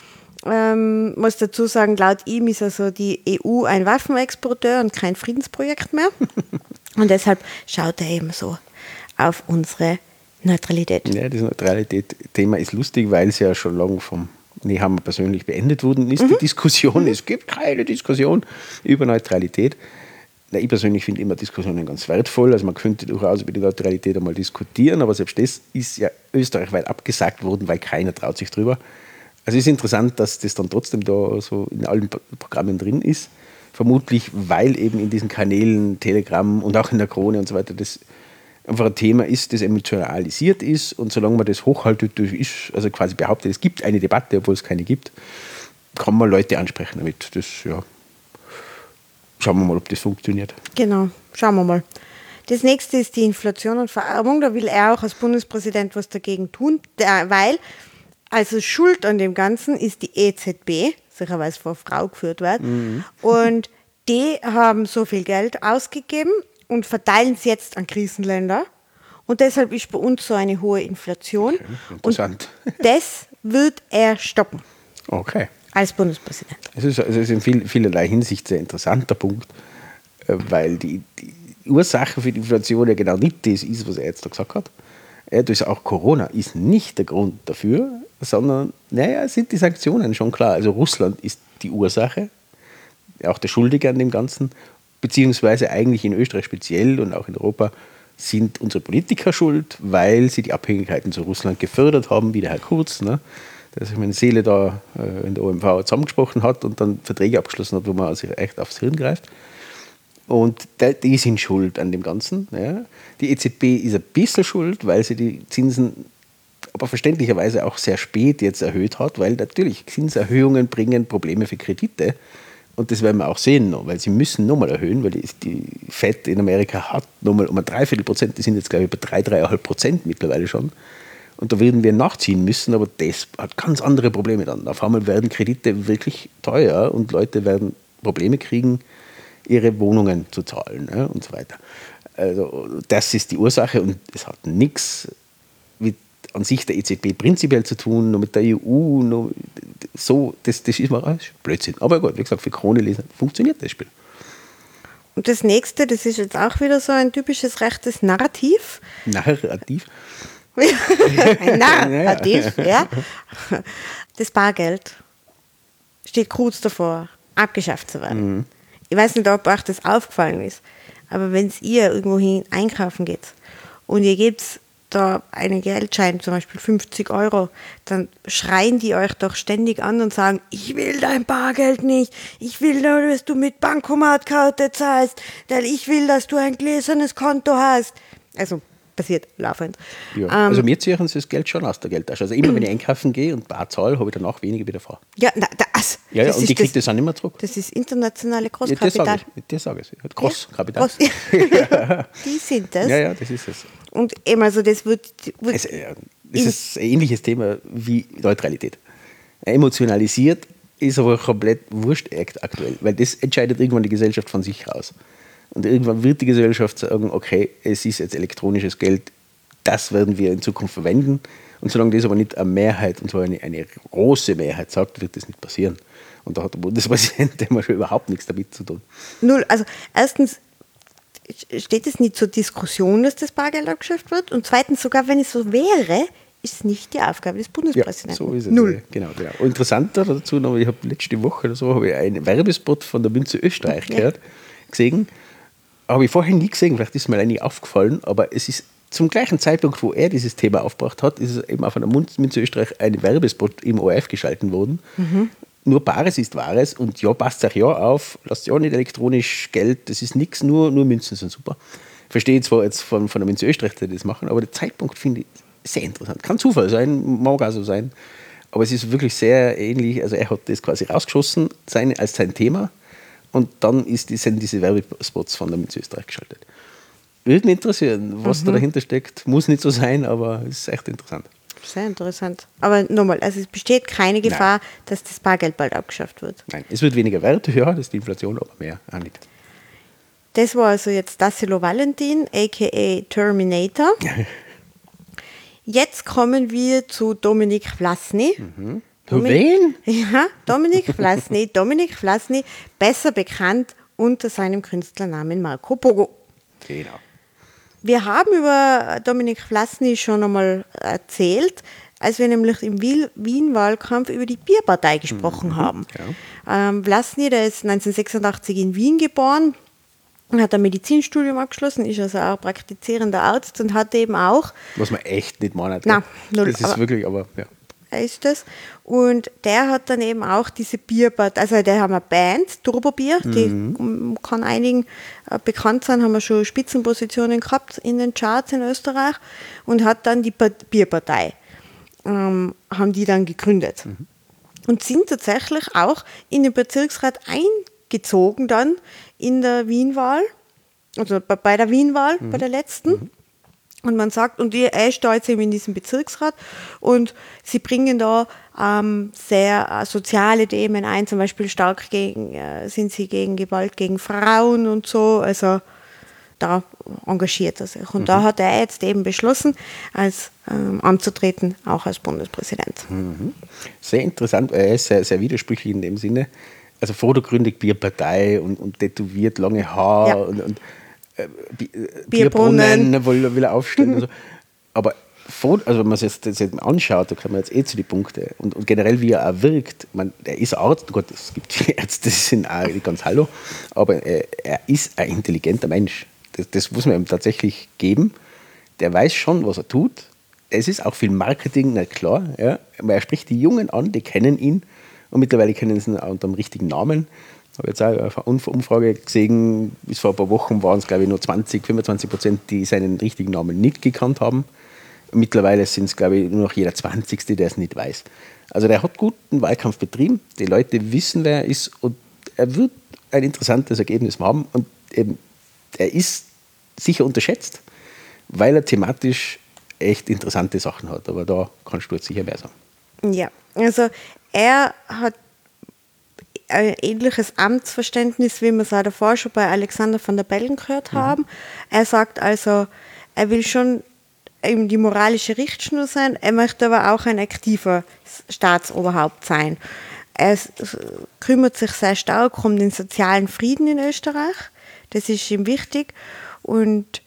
Speaker 1: Muss dazu sagen, laut ihm ist also die EU ein Waffenexporteur und kein Friedensprojekt mehr. Und deshalb schaut er eben so auf unsere Neutralität.
Speaker 2: Ja, das Neutralität-Thema ist lustig, weil es ja schon lange vom Nehammer persönlich beendet worden ist, die Diskussion. Es gibt keine Diskussion über Neutralität. Na, ich persönlich finde immer Diskussionen ganz wertvoll. Also man könnte durchaus über die Neutralität einmal diskutieren, aber selbst das ist ja österreichweit abgesagt worden, weil keiner traut sich drüber. Also es ist interessant, dass das dann trotzdem da so in allen Programmen drin ist. Vermutlich, weil eben in diesen Kanälen, Telegram und auch in der Krone und so weiter, das einfach ein Thema ist, das emotionalisiert ist. Und solange man das hochhaltet, ist, also quasi behauptet, es gibt eine Debatte, obwohl es keine gibt, kann man Leute ansprechen damit. Das, ja, schauen wir mal, ob das funktioniert.
Speaker 1: Genau, schauen wir mal. Das nächste ist die Inflation und Verarmung. Da will er auch als Bundespräsident was dagegen tun, weil also Schuld an dem Ganzen ist die EZB, sicher weil es vor Frau geführt wird. Und die haben so viel Geld ausgegeben und verteilen es jetzt an Krisenländer. Und deshalb ist bei uns so eine hohe Inflation.
Speaker 2: Okay, interessant.
Speaker 1: Und das wird er stoppen.
Speaker 2: Okay.
Speaker 1: Als Bundespräsident.
Speaker 2: Es ist in vielerlei Hinsicht ein sehr interessanter Punkt, weil die Ursache für die Inflation ja genau nicht das ist, was er jetzt da gesagt hat. Das ist auch Corona ist nicht der Grund dafür, sondern, naja, sind die Sanktionen schon klar. Also Russland ist die Ursache, auch der Schuldige an dem Ganzen, beziehungsweise eigentlich in Österreich speziell und auch in Europa sind unsere Politiker schuld, weil sie die Abhängigkeiten zu Russland gefördert haben, wie der Herr Kurz, ne, der sich meine Seele da in der OMV zusammengesprochen hat und dann Verträge abgeschlossen hat, wo man also echt aufs Hirn greift. Und die sind schuld an dem Ganzen. Ja. Die EZB ist ein bisschen schuld, weil sie die Zinsen aber verständlicherweise auch sehr spät jetzt erhöht hat, weil natürlich Zinserhöhungen bringen Probleme für Kredite. Und das werden wir auch sehen, weil sie müssen nochmal erhöhen, weil die FED in Amerika hat nochmal um ein 3/4%, die sind jetzt glaube ich bei 3,5% mittlerweile schon. Und da werden wir nachziehen müssen, aber das hat ganz andere Probleme dann. Auf einmal werden Kredite wirklich teuer und Leute werden Probleme kriegen, ihre Wohnungen zu zahlen, ja, und so weiter. Also das ist die Ursache und es hat nichts mit an sich der EZB prinzipiell zu tun, nur mit der EU, nur so, das ist mal Blödsinn. Aber gut, wie gesagt, für Krone-Leser funktioniert das Spiel.
Speaker 1: Und das nächste, das ist jetzt auch wieder so ein typisches rechtes Narrativ.
Speaker 2: Narrativ?
Speaker 1: Ein Narrativ, ja. Das Bargeld steht kurz davor, abgeschafft zu werden. Ich weiß nicht, ob euch das aufgefallen ist, aber wenn ihr irgendwohin einkaufen geht und ihr gebt da einen Geldschein, zum Beispiel 50 €, dann schreien die euch doch ständig an und sagen, ich will dein Bargeld nicht, ich will nur, dass du mit Bankomatkarte zahlst, denn ich will, dass du ein gläsernes Konto hast. Also passiert laufend.
Speaker 2: Ja, also mir ziehen sie das Geld schon aus der Geldtasche. Also immer, wenn ich einkaufen gehe und bar zahle, habe ich danach weniger wieder vor.
Speaker 1: Ja, und
Speaker 2: die kriegt das auch nicht mehr zurück.
Speaker 1: Das ist internationale Großkapital.
Speaker 2: Ja, sage ich. Großkapital.
Speaker 1: Ja, die sind das.
Speaker 2: Ja, das ist es.
Speaker 1: Und eben, also das wird
Speaker 2: das ist ein ähnliches Thema wie Neutralität. Emotionalisiert ist aber komplett wurscht aktuell, weil das entscheidet irgendwann die Gesellschaft von sich raus. Und irgendwann wird die Gesellschaft sagen, okay, es ist jetzt elektronisches Geld, das werden wir in Zukunft verwenden. Und solange das aber nicht eine Mehrheit, und zwar eine große Mehrheit sagt, wird das nicht passieren. Und da hat der Bundespräsident immer schon überhaupt nichts damit zu tun.
Speaker 1: Null. Also erstens steht es nicht zur Diskussion, dass das Bargeld abgeschafft wird. Und zweitens, sogar wenn es so wäre, ist es nicht die Aufgabe des Bundespräsidenten.
Speaker 2: Ja, so ist es.
Speaker 1: Null.
Speaker 2: Genau. Und interessanter dazu noch, ich habe letzte Woche oder so habe ich einen Werbespot von der Münze Österreich gesehen. Habe ich vorher nie gesehen, vielleicht ist mir eigentlich aufgefallen, aber es ist zum gleichen Zeitpunkt, wo er dieses Thema aufgebracht hat, ist es eben auf einer Münze Österreich ein Werbespot im ORF geschalten worden. Nur Bares ist Wahres und ja, passt euch ja auf, lasst ja nicht elektronisch Geld, das ist nichts, nur Münzen sind super. Ich verstehe zwar jetzt von der Münze Österreich, die das machen, aber der Zeitpunkt finde ich sehr interessant. Kann Zufall sein, mag auch so sein, aber es ist wirklich sehr ähnlich, also er hat das quasi rausgeschossen als sein Thema und dann sind diese Werbespots von der Milz Österreich geschaltet. Würde mich interessieren, was da dahinter steckt. Muss nicht so sein, aber es ist echt interessant.
Speaker 1: Sehr interessant. Aber nochmal, also es besteht keine Gefahr, dass das Bargeld bald abgeschafft wird.
Speaker 2: Nein, es wird weniger wert, ja, das ist die Inflation, aber mehr auch nicht.
Speaker 1: Das war also jetzt Tassilo Valentin, a.k.a. Terminator. Jetzt kommen wir zu Dominik Vlasny.
Speaker 2: Wen?
Speaker 1: Ja, Dominik Vlasny. Dominik Vlasny, besser bekannt unter seinem Künstlernamen Marco Pogo.
Speaker 2: Genau.
Speaker 1: Wir haben über Dominik Vlasny schon einmal erzählt, als wir nämlich im Wien-Wahlkampf über die Bierpartei gesprochen haben. Ja. Vlasny, der ist 1986 in Wien geboren, hat ein Medizinstudium abgeschlossen, ist also auch praktizierender Arzt und hat eben auch...
Speaker 2: Was man echt nicht meint.
Speaker 1: Nein, null,
Speaker 2: das ist wirklich, aber ja.
Speaker 1: Er ist das. Und der hat dann eben auch diese Bierpartei, also der haben eine Band, Turbobier, die kann einigen bekannt sein, haben wir schon Spitzenpositionen gehabt in den Charts in Österreich und hat dann die Bierpartei, haben die dann gegründet. Und sind tatsächlich auch in den Bezirksrat eingezogen dann in der Wienwahl, also bei der Wienwahl, bei der letzten. Und man sagt, und er ist da jetzt eben in diesem Bezirksrat und sie bringen da sehr soziale Themen ein, zum Beispiel stark sind sie gegen Gewalt gegen Frauen und so, also da engagiert er sich. Und da hat er jetzt eben beschlossen, anzutreten, auch als Bundespräsident.
Speaker 2: Sehr interessant, er ist sehr, sehr widersprüchlich in dem Sinne. Also vordergründig Bierpartei und tätowiert, lange Haar und Bierbrunnen will er aufstellen. Und so. Aber also wenn man sich das jetzt anschaut, da kann man jetzt zu die Punkte und generell wie er auch wirkt. Er ist Arzt, Gott, es gibt viele Ärzte, die sind auch nicht ganz hallo, aber er ist ein intelligenter Mensch. Das muss man ihm tatsächlich geben. Der weiß schon, was er tut. Es ist auch viel Marketing, na klar. Ja. Aber er spricht die Jungen an, die kennen ihn und mittlerweile kennen sie ihn auch unter dem richtigen Namen. Ich habe jetzt auch eine Umfrage gesehen, bis vor ein paar Wochen waren es, glaube ich, nur 25%, die seinen richtigen Namen nicht gekannt haben. Mittlerweile sind es, glaube ich, nur noch jeder 20., der es nicht weiß. Also der hat guten Wahlkampf betrieben, die Leute wissen, wer er ist und er wird ein interessantes Ergebnis haben. Und eben, er ist sicher unterschätzt, weil er thematisch echt interessante Sachen hat. Aber da kannst du jetzt sicher mehr sagen.
Speaker 1: Ja, also er hat ein ähnliches Amtsverständnis, wie wir es auch davor schon bei Alexander van der Bellen gehört haben. Er sagt also, er will schon eben die moralische Richtschnur sein, er möchte aber auch ein aktiver Staatsoberhaupt sein. Er kümmert sich sehr stark um den sozialen Frieden in Österreich, das ist ihm wichtig und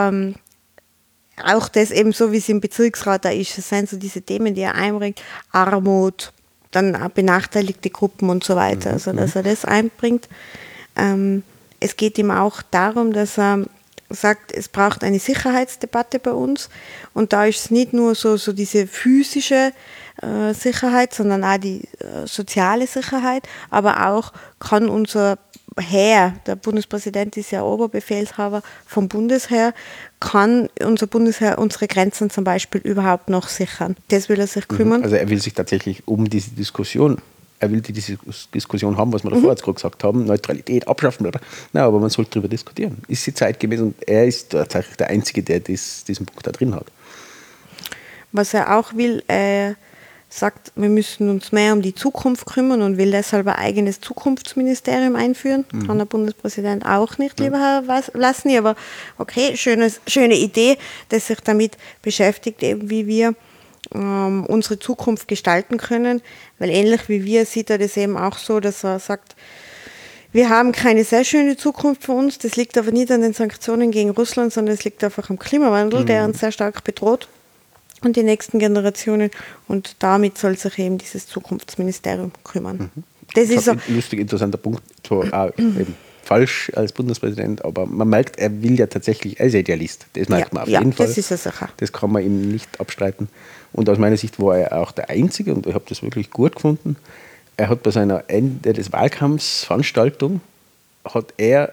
Speaker 1: auch das eben so, wie es im Bezirksrat da ist, das sind so diese Themen, die er einbringt, Armut, dann auch benachteiligte Gruppen und so weiter, also dass er das einbringt. Es geht ihm auch darum, dass er sagt, es braucht eine Sicherheitsdebatte bei uns und da ist es nicht nur so diese physische Sicherheit, sondern auch die soziale Sicherheit, aber auch kann unser Heer, der Bundespräsident ist ja Oberbefehlshaber vom Bundesheer, kann unser Bundesheer unsere Grenzen zum Beispiel überhaupt noch sichern. Das will er sich kümmern.
Speaker 2: Also er will sich tatsächlich um diese Diskussion, diese Diskussion haben, was wir davor jetzt gerade gesagt haben, Neutralität abschaffen. Nein, aber man sollte darüber diskutieren. Ist sie zeitgemäß und er ist tatsächlich der Einzige, der diesen Punkt da drin hat. Was
Speaker 1: er auch will, sagt, wir müssen uns mehr um die Zukunft kümmern und will deshalb ein eigenes Zukunftsministerium einführen. Kann der Bundespräsident auch nicht, lieber Herr Vlasny, aber okay, schöne Idee, dass sich damit beschäftigt, eben wie wir unsere Zukunft gestalten können, weil ähnlich wie wir sieht er das eben auch so, dass er sagt, wir haben keine sehr schöne Zukunft für uns, das liegt aber nicht an den Sanktionen gegen Russland, sondern es liegt einfach am Klimawandel, der uns sehr stark bedroht. Und die nächsten Generationen. Und damit soll sich eben dieses Zukunftsministerium kümmern.
Speaker 2: Das ist ein lustig, interessanter Punkt. So, eben falsch als Bundespräsident, aber man merkt, er will ja tatsächlich, er ist Idealist. Das merkt man auf jeden Fall.
Speaker 1: Das ist eine Sache.
Speaker 2: Das kann man ihm nicht abstreiten. Und aus meiner Sicht war er auch der Einzige, und ich habe das wirklich gut gefunden, er hat bei seiner Ende des Wahlkampfs Veranstaltung, hat er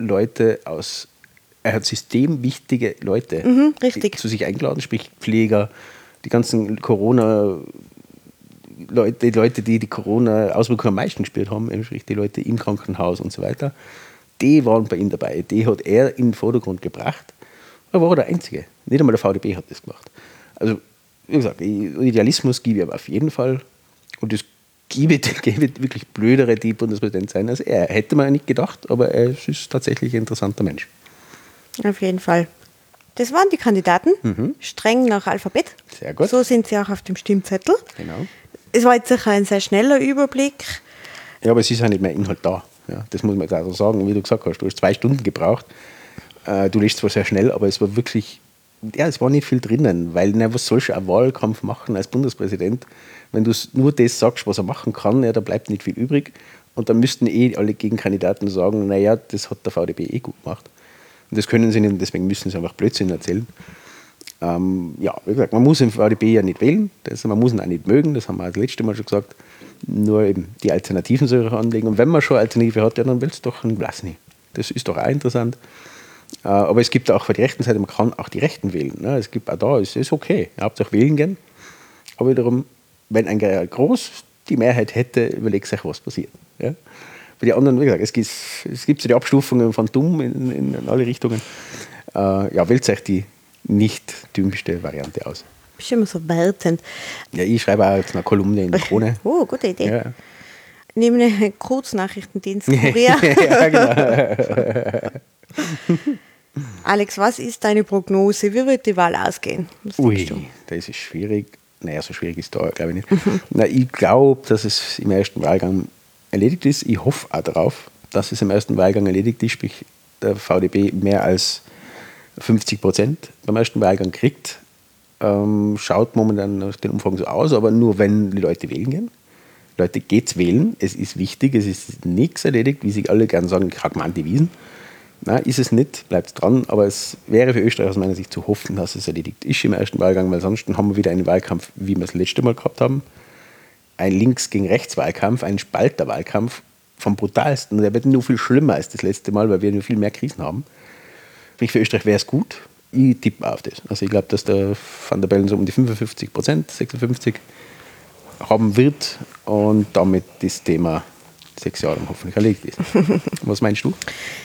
Speaker 2: hat systemwichtige Leute
Speaker 1: richtig.
Speaker 2: zu sich eingeladen, sprich Pfleger, die ganzen Corona, die Leute, die Corona-Auswirkungen am meisten gespürt haben, sprich die Leute im Krankenhaus und so weiter, die waren bei ihm dabei. Die hat er in den Vordergrund gebracht. Er war der Einzige. Nicht einmal der VDB hat das gemacht. Also, wie gesagt, Idealismus gebe ich aber auf jeden Fall. Und es gäbe wirklich Blödere, die Bundespräsident sein als er. Hätte man ja nicht gedacht, aber er ist tatsächlich ein interessanter Mensch.
Speaker 1: Auf jeden Fall. Das waren die Kandidaten, streng nach Alphabet.
Speaker 2: Sehr gut.
Speaker 1: So sind sie auch auf dem Stimmzettel.
Speaker 2: Genau.
Speaker 1: Es war jetzt sicher ein sehr schneller Überblick.
Speaker 2: Ja, aber es ist auch nicht mehr Inhalt da. Ja, das muss man jetzt auch so sagen, wie du gesagt hast. Du hast 2 Stunden gebraucht. Du liest zwar sehr schnell, aber es war wirklich, ja, es war nicht viel drinnen, weil was sollst du einen Wahlkampf machen als Bundespräsident, wenn du nur das sagst, was er machen kann, ja, da bleibt nicht viel übrig. Und dann müssten alle Gegenkandidaten sagen, naja, das hat der VDB gut gemacht. Und das können sie nicht, und deswegen müssen sie einfach Blödsinn erzählen. Ja, wie gesagt, man muss den VDB ja nicht wählen, man muss ihn auch nicht mögen, das haben wir das letzte Mal schon gesagt. Nur eben die Alternativen soll ich anlegen. Und wenn man schon eine Alternative hat, ja, dann will es doch einen Vlasny. Das ist doch auch interessant. Aber es gibt auch für die rechten Seite, man kann auch die Rechten wählen. Ne? Es gibt auch da, es ist okay. Ihr habt auch wählen gehen. Aber wiederum, wenn ein Groß die Mehrheit hätte, überlegt sich, was passiert. Ja? Bei den anderen, wie gesagt, es gibt so die Abstufungen von dumm in alle Richtungen. Ja, wählt euch die nicht dümmste Variante aus.
Speaker 1: Bist immer so wertend.
Speaker 2: Ja, ich schreibe auch jetzt eine Kolumne in der Krone.
Speaker 1: Oh, gute Idee.
Speaker 2: Ja.
Speaker 1: Neben den Kurznachrichtendienst Kurier.
Speaker 2: Ja, genau.
Speaker 1: Alex, was ist deine Prognose? Wie wird die Wahl ausgehen?
Speaker 2: Ui, das ist schwierig. Naja, so schwierig ist da, glaube ich nicht. Na, ich glaube, dass es im ersten Wahlgang erledigt ist. Ich hoffe auch darauf, dass es im ersten Wahlgang erledigt ist, sprich der VDB mehr als 50% beim ersten Wahlgang kriegt. Schaut momentan nach den Umfragen so aus, aber nur wenn die Leute wählen gehen. Leute, geht's wählen, es ist wichtig, es ist nichts erledigt, wie sie alle gerne sagen, gerade mal an die Wiesen. Nein, ist es nicht, bleibt dran, aber es wäre für Österreich aus meiner Sicht zu hoffen, dass es erledigt ist im ersten Wahlgang, weil sonst haben wir wieder einen Wahlkampf, wie wir es das letzte Mal gehabt haben. Ein Links- gegen Rechts-Wahlkampf, ein Spalter-Wahlkampf vom brutalsten. Der wird nur viel schlimmer als das letzte Mal, weil wir nur viel mehr Krisen haben. Sprich, für Österreich wäre es gut. Ich tippe auf das. Also ich glaube, dass der Van der Bellen so um die 55%, 56% haben wird und damit das Thema 6 Jahre hoffentlich erledigt ist. Was meinst du?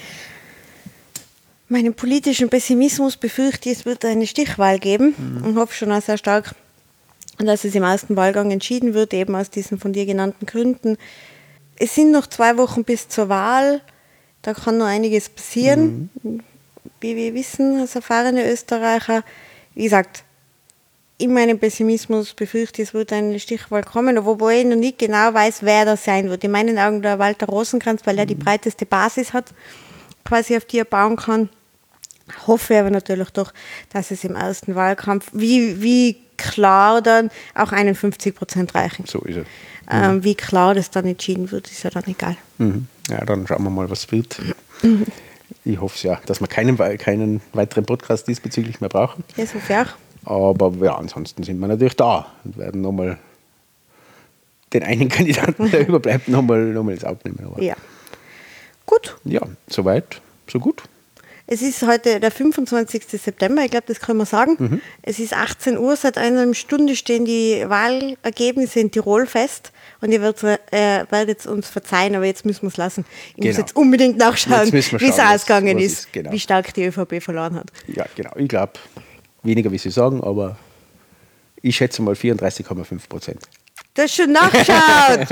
Speaker 1: Meinen politischen Pessimismus befürchte ich, es wird eine Stichwahl geben und hoffe schon auch sehr stark, dass es im ersten Wahlgang entschieden wird, eben aus diesen von dir genannten Gründen. Es sind noch 2 Wochen bis zur Wahl, da kann noch einiges passieren. Wie wir wissen, als erfahrene Österreicher, wie gesagt, in meinem Pessimismus befürchte ich, es wird eine Stichwahl kommen, wobei ich noch nicht genau weiß, wer das sein wird. In meinen Augen der Walter Rosenkranz, weil er die breiteste Basis hat, quasi auf die er bauen kann. Hoffe aber natürlich doch, dass es im ersten Wahlkampf, wie klar dann, auch 51% reichen.
Speaker 2: So ist es.
Speaker 1: Wie klar das dann entschieden wird, ist ja dann egal.
Speaker 2: Ja, dann schauen wir mal, was wird. Ich hoffe ja, dass wir keinen weiteren Podcast diesbezüglich mehr brauchen.
Speaker 1: Das hoffe ich auch.
Speaker 2: Aber ja, ansonsten sind wir natürlich da und werden nochmal den einen Kandidaten, der überbleibt, nochmal ins Auge nehmen. Aber
Speaker 1: Ja. Gut.
Speaker 2: ja, soweit, so gut.
Speaker 1: Es ist heute der 25. September, ich glaube, das können wir sagen. Es ist 18 Uhr, seit einer Stunde stehen die Wahlergebnisse in Tirol fest. Und ihr werdet uns verzeihen, aber jetzt müssen wir es lassen. Ich muss jetzt unbedingt nachschauen, wie es ausgegangen ist, genau. Wie stark die ÖVP verloren hat.
Speaker 2: Ja, genau. Ich glaube, weniger, wie Sie sagen, aber ich schätze mal 34,5%.
Speaker 1: Du hast schon nachgeschaut.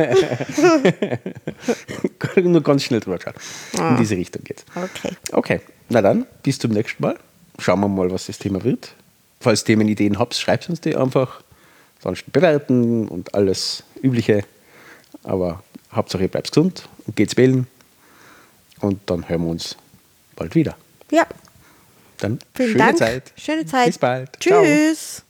Speaker 2: Nur ganz schnell drüber schauen. In diese Richtung geht's. Okay, na dann, bis zum nächsten Mal. Schauen wir mal, was das Thema wird. Falls ihr Themenideen habt, schreibt uns die einfach. Sonst bewerten und alles Übliche. Aber Hauptsache ihr bleibt gesund und geht's wählen. Und dann hören wir uns bald wieder.
Speaker 1: Ja.
Speaker 2: Dann
Speaker 1: Vielen
Speaker 2: schöne
Speaker 1: Dank.
Speaker 2: Zeit.
Speaker 1: Schöne Zeit.
Speaker 2: Bis bald.
Speaker 1: Tschüss. Ciao.